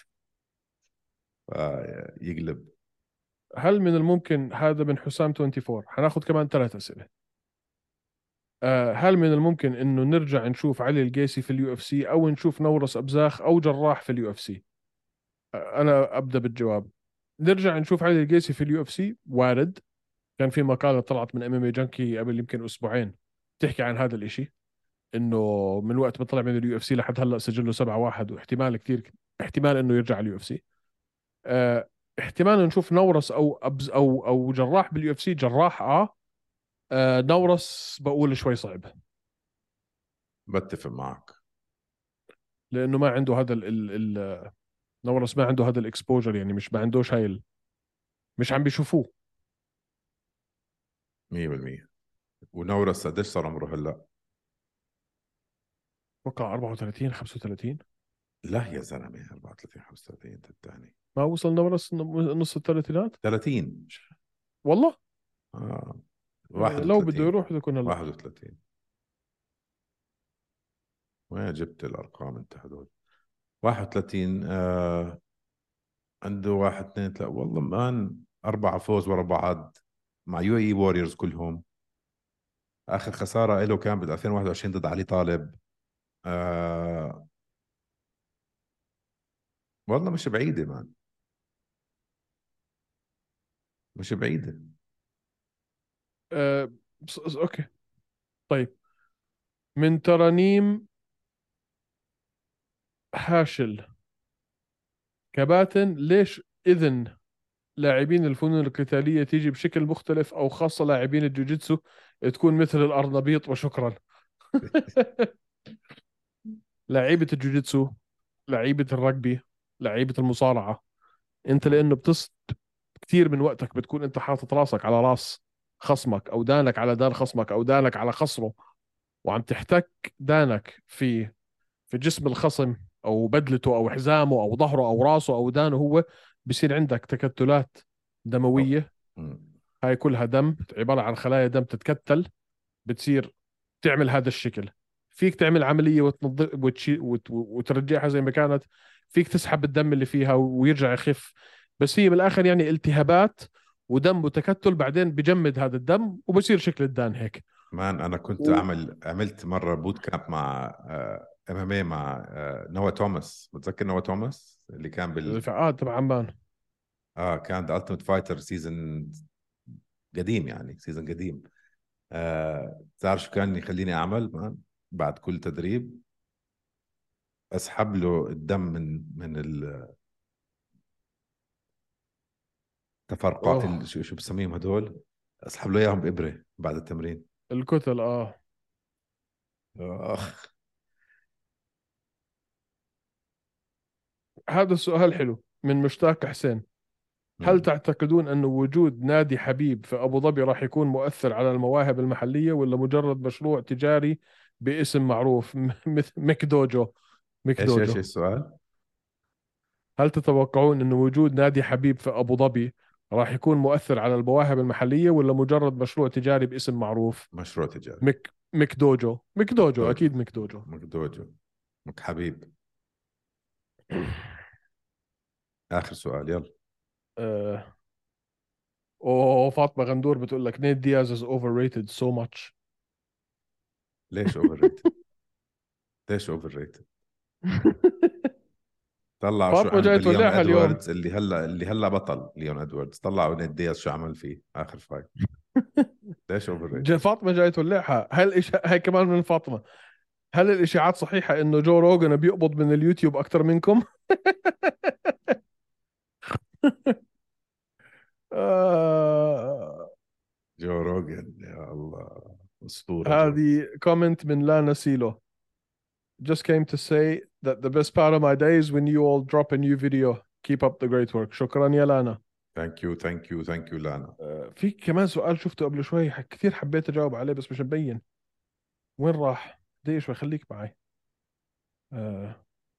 يقلب. هل من الممكن، هذا من حسام 24، حناخد كمان 3 أسئلة. هل من الممكن إنه نرجع نشوف علي القيسي في اليو اف سي أو نشوف نورس أبزاخ أو جراح في اليو اف سي؟ أنا أبدأ بالجواب. نرجع نشوف علي القيسي في اليو اف سي وارد. كان في مقالة طلعت من ام ام اي جانكي قبل يمكن اسبوعين تحكي عن هذا الاشي، انه من وقت ما طلع من اليو اف سي لحد هلا سجله 7-1 واحتمال كثير احتمال انه يرجع اليو اف سي. احتمال نشوف نورس او ابز او جراح باليو اف سي. جراح نورس بقول شوي صعب، بتفق معك. لانه ما عنده هذا نورس ما عنده هذا الاكسبوجر، يعني مش ما عندوش هاي مش عم بيشوفوه. 100%. ونورس قديش صار عمره هلا؟ اتوقع 34 35. لا يا زلمه، 34 35 انت الثاني. ما وصل نورس نص الثلاثينات 30. والله. اه لو بده 31. يروح بده يكون هلا. 31. وين جبت الارقام انت هدول؟ 31. عنده واحد اثنين ثلاثة، والله مان 4 فوز ورا بعض مع يو اي ووريرز كلهم. اخر خسارة له كان بال 2021 ضد علي طالب. آه والله مش بعيدة مان، مش بعيدة. أه اوكي طيب. من ترانيم حاشل كباتن، ليش إذن لاعبين الفنون القتالية تيجي بشكل مختلف، أو خاصة لاعبين الجوجيتسو تكون مثل الأرنبيط وشكرا؟ لعيبة الجوجيتسو، لعيبة الرجبي، لعيبة المصارعة، أنت لأنه كثير من وقتك بتكون أنت حاطط راسك على راس خصمك، أو دانك على دان خصمك، أو دانك على خصره، وعم تحتك دانك في جسم الخصم، او بدلته او حزامه او ظهره او راسه او دانه هو، بصير عندك تكتلات دمويه. مم. هاي كلها دم، عباره عن خلايا دم تتكتل، بتصير تعمل هذا الشكل. فيك تعمل عمليه وتنظف وترجعها زي ما كانت، فيك تسحب الدم اللي فيها ويرجع يخف، بس هي بالاخر يعني التهابات ودم وتكتل، بعدين بجمد هذا الدم وبصير شكل الدان هيك. مان انا كنت و... عملت مرة بوت كامب مع ام ام اي مع نوا توماس. بتذكر نوا توماس اللي كان الرفعات تبع عمان. كان ذا التيمت فايتر سيزون قديم، يعني سيزون قديم. تعرف شو كان يخليني اعمل مان؟ بعد كل تدريب اسحب له الدم من التفرقات اوه شو بسميهم هدول، اسحب له اياهم بابره بعد التمرين. الكتل اخ. هذا السؤال حلو من مشتاق حسين. هل مم. تعتقدون أن وجود نادي حبيب في أبو ظبي راح يكون مؤثر على المواهب المحلية، ولا مجرد مشروع تجاري باسم معروف مثل مكدوجو؟ ايش مكدوجو. السؤال؟ هل تتوقعون أن وجود نادي حبيب في أبو ظبي راح يكون مؤثر على المواهب المحلية، ولا مجرد مشروع تجاري باسم معروف؟ مشروع تجاري. مكدوجو. مكدوجو دوجو. أكيد مكدوجو. دوجو. حبيب. اخر سؤال يلا. آه. أوه فاطمة غندور بتقول لك نيد دياز is overrated so much. ليش اوفر ريتد؟ ليش اوفر ريتد؟ طلعوا شو فاطمة عمل جاي بالليون تولعها اليوم. ادواردز اللي هلا بطل ليون ادواردز. طلعوا نيد دياز شو عمل فيه اخر فايت. ليش اوفر ريتد؟ فاطمه جاي تولعها. هاي كمان من فاطمه. هل الاشاعات صحيحه انه جو روجن بيقبض من اليوتيوب اكثر منكم؟ آه... جو روجن يا الله، اسطوره جو. هذه كومنت من لانا سيلو. Just came to say that the best part of my day is when you all drop a new video. Keep up the great work. شكرا يا لانا. ثانك يو ثانك يو ثانك يو لانا. في كمان سؤال شفته قبل شوي كثير حبيت اجاوب عليه بس مش مبين وين راح. دقيقة شوي خليك معي. آه...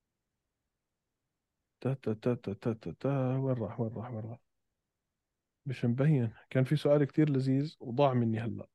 وين راح. مش مبين. كان في سؤال كتير لذيذ وضاع مني هلا.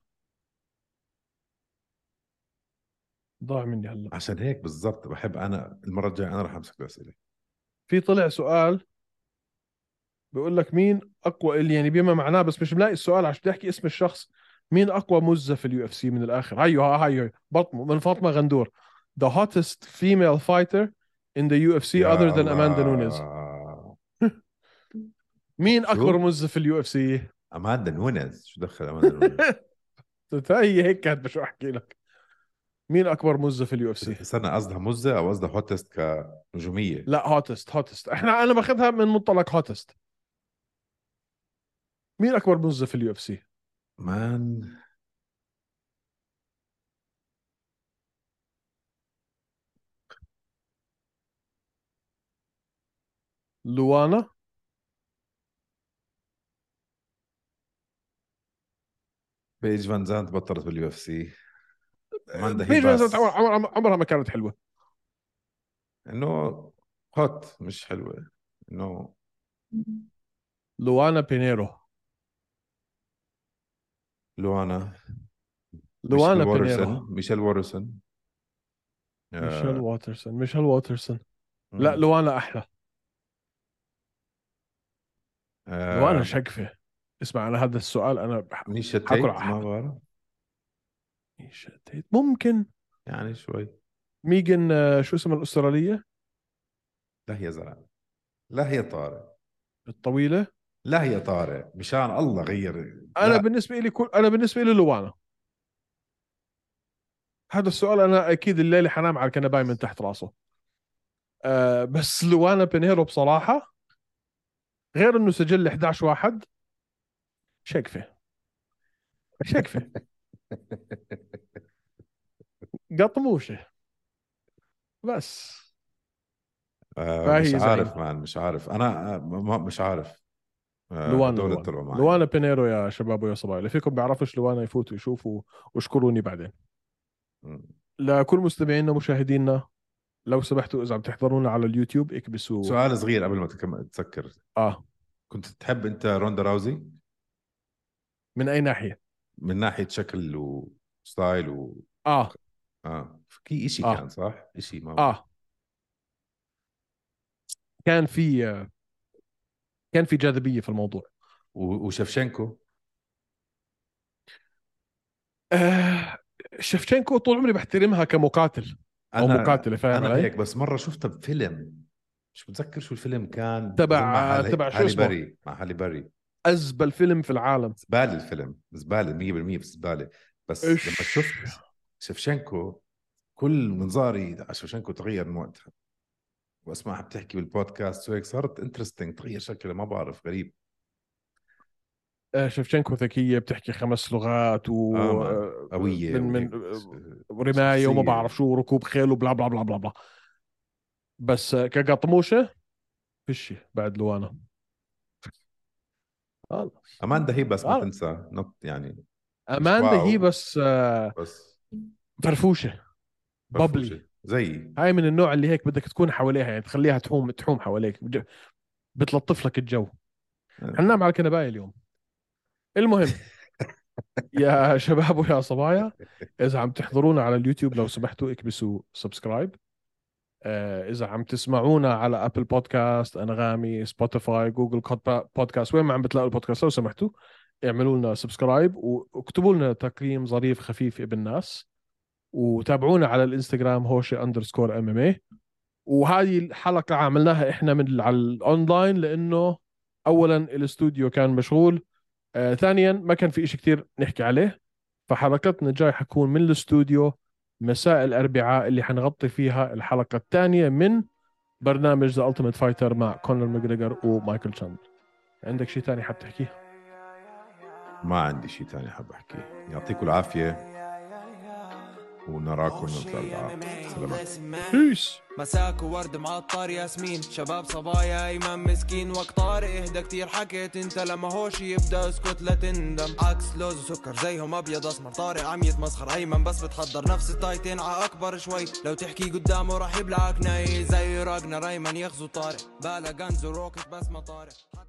ضاع مني هلا. عشان هيك بالضبط بحب انا المره الجايه انا راح امسك الاسئله. في طلع سؤال بيقول لك مين اقوى، اللي يعني بما معناه بس مش ملاقي السؤال عشان بدي احكي اسم الشخص. مين اقوى مزة في اليو اف سي من الاخر؟ هيو بطمه من فاطمه غندور. The hottest female fighter in the UFC other يا than Amanda Nunes. الله. مين شو اكبر مزة في اليو اف سي؟ اماندا نونيز؟ شو دخل اماندا نونيز؟ هي هيك كانت بشو احكي لك. مين اكبر مزة في اليو اف سي؟ استنى، قصدها مزه او قصدها هوتست كنجوميه؟ لا هوتست. انا باخذها من منطلق هوتست. مين اكبر منظف في اليو اف سي؟ مان لوانا. بيج فان زانت بطلت باليو اف سي. اماندا بيج فان زانت هيباس عمرها ما كانت حلوه. انه هوت مش حلوه انه. لوانا بينيرو. لوانا ميشيل لوانا بينيرو. وورسون ميشيل وورسون ميشيل آه. واترسون. ميشيل واترسون. لا مم. لوانا احلى. لوانا آه. شقفه. اسمع انا هذا السؤال انا نيشا حاكل تيت على ما أحمد. بعرف ممكن. يعني شوي. ميجن شو اسمها الأسترالية لا يا زلمه، لا يا طارق، الطويلة. لا يا طارق مشان الله غير. أنا لا بالنسبة لي أنا بالنسبة لي لوانا. هذا السؤال أنا أكيد الليلة حنام على الكنباية من تحت راسه. بس لوانا بينيرو بصراحة، غير إنه سجل 11 واحد. شقفة. شقفة. قطموشة. بس. مش فهي زعيم. عارف مان، مش عارف انا مش عارف. لوانا هدول لوانا طلعوا معي. لوانا بينيرو يا شباب ويا صبايا، اللي فيكم بيعرفوش لوانا يفوتوا يشوفوا واشكروني بعدين. مم. لكل مستمعينا مشاهدينا، لو سمحتوا إذا عم تحضرونا على اليوتيوب اكبسوا. سؤال صغير قبل ما تسكر. آه. كنت تحب انت روندا راوزي من أي ناحية؟ من ناحيه شكل وستايل آه. في اشي كان آه. صح اشي ما بعرف. آه. كان في كان في جاذبية في الموضوع. وشفشنكو. آه. شفشنكو طول عمري بحترمها كمقاتل أو انا مقاتلة، فاهم انا علي؟ هيك بس مره شفتها بفيلم، مش متذكر شو الفيلم كان، بظن مع تبع شو هالي اسمه؟ بري، مع هالي بري. أزبل فيلم في العالم. زباله الفيلم، زباله 100% زباله. بس لما إيش. شفت شفشنكو كل منظاري على شفشنكو تغير من وقتها، واسمعها بتحكي بالبودكاست وهيك صارت انترستنج، تغير شكلها ما بعرف غريب. شفشنكو ذكية، بتحكي 5 لغات و مان قويه من وهيك رماية وما بعرف شخصيه. شو، ركوب خيل وبلا بلا بلا بلا بلا. بس كقطموشة فيش بعد لوانا. خلص. اماندا هي بس ما خلص. تنسى نط يعني. مش اماندا هي واو بس بس فرفوشه. بابلي. فرفوشه زي. هاي من النوع اللي هيك بدك تكون حواليها، يعني تخليها تحوم حواليك، بتلطف لك الجو. حننام على الكنبايه اليوم. المهم يا شباب ويا صبايا، اذا عم تحضرونا على اليوتيوب لو سمحتوا اكبسوا سبسكرايب. اذا عم تسمعونا على ابل بودكاست، انغامي، سبوتيفاي، جوجل بودكاست، وين ما عم بتلاقوا البودكاست، لو سمحتوا اعملوا لنا سبسكرايب واكتبوا لنا تقييم ظريف خفيف ابن الناس. وتابعونا على الانستغرام هوشي_MMA. وهذه الحلقة عملناها احنا من على الاونلاين، لانه اولا الاستوديو كان مشغول، ثانيا ما كان في اشي كتير نحكي عليه. فحلقتنا الجاي حكون من الاستوديو مساء الاربعاء، اللي حنغطي فيها الحلقة الثانية من برنامج ذا التيميت فايتر مع كونر ماجريجر ومايكل تشاندلر. عندك شيء ثاني حاب تحكيه؟ ما عندي شيء تاني حاب احكي. يعطيكم العافيه ونراكم يوم الاربعاء. سلامات. بيس. مساك وورد معطر ياسمين، شباب صبايا ايمن مسكين، وقت طارق اهدى كتير حكيت انت، لما هوشي يبدا اسكت لا تندم. عكس لوز وسكر زيهم ابيض اسمر، طارق عم يتمسخر ايمن بس بتحضر نفس التايتين ع اكبر شوي، لو تحكي قدامه راح يبلعك ناي زي راجنا ايمن يغزو طارق، بالا غنز وروكت بس ما طارق.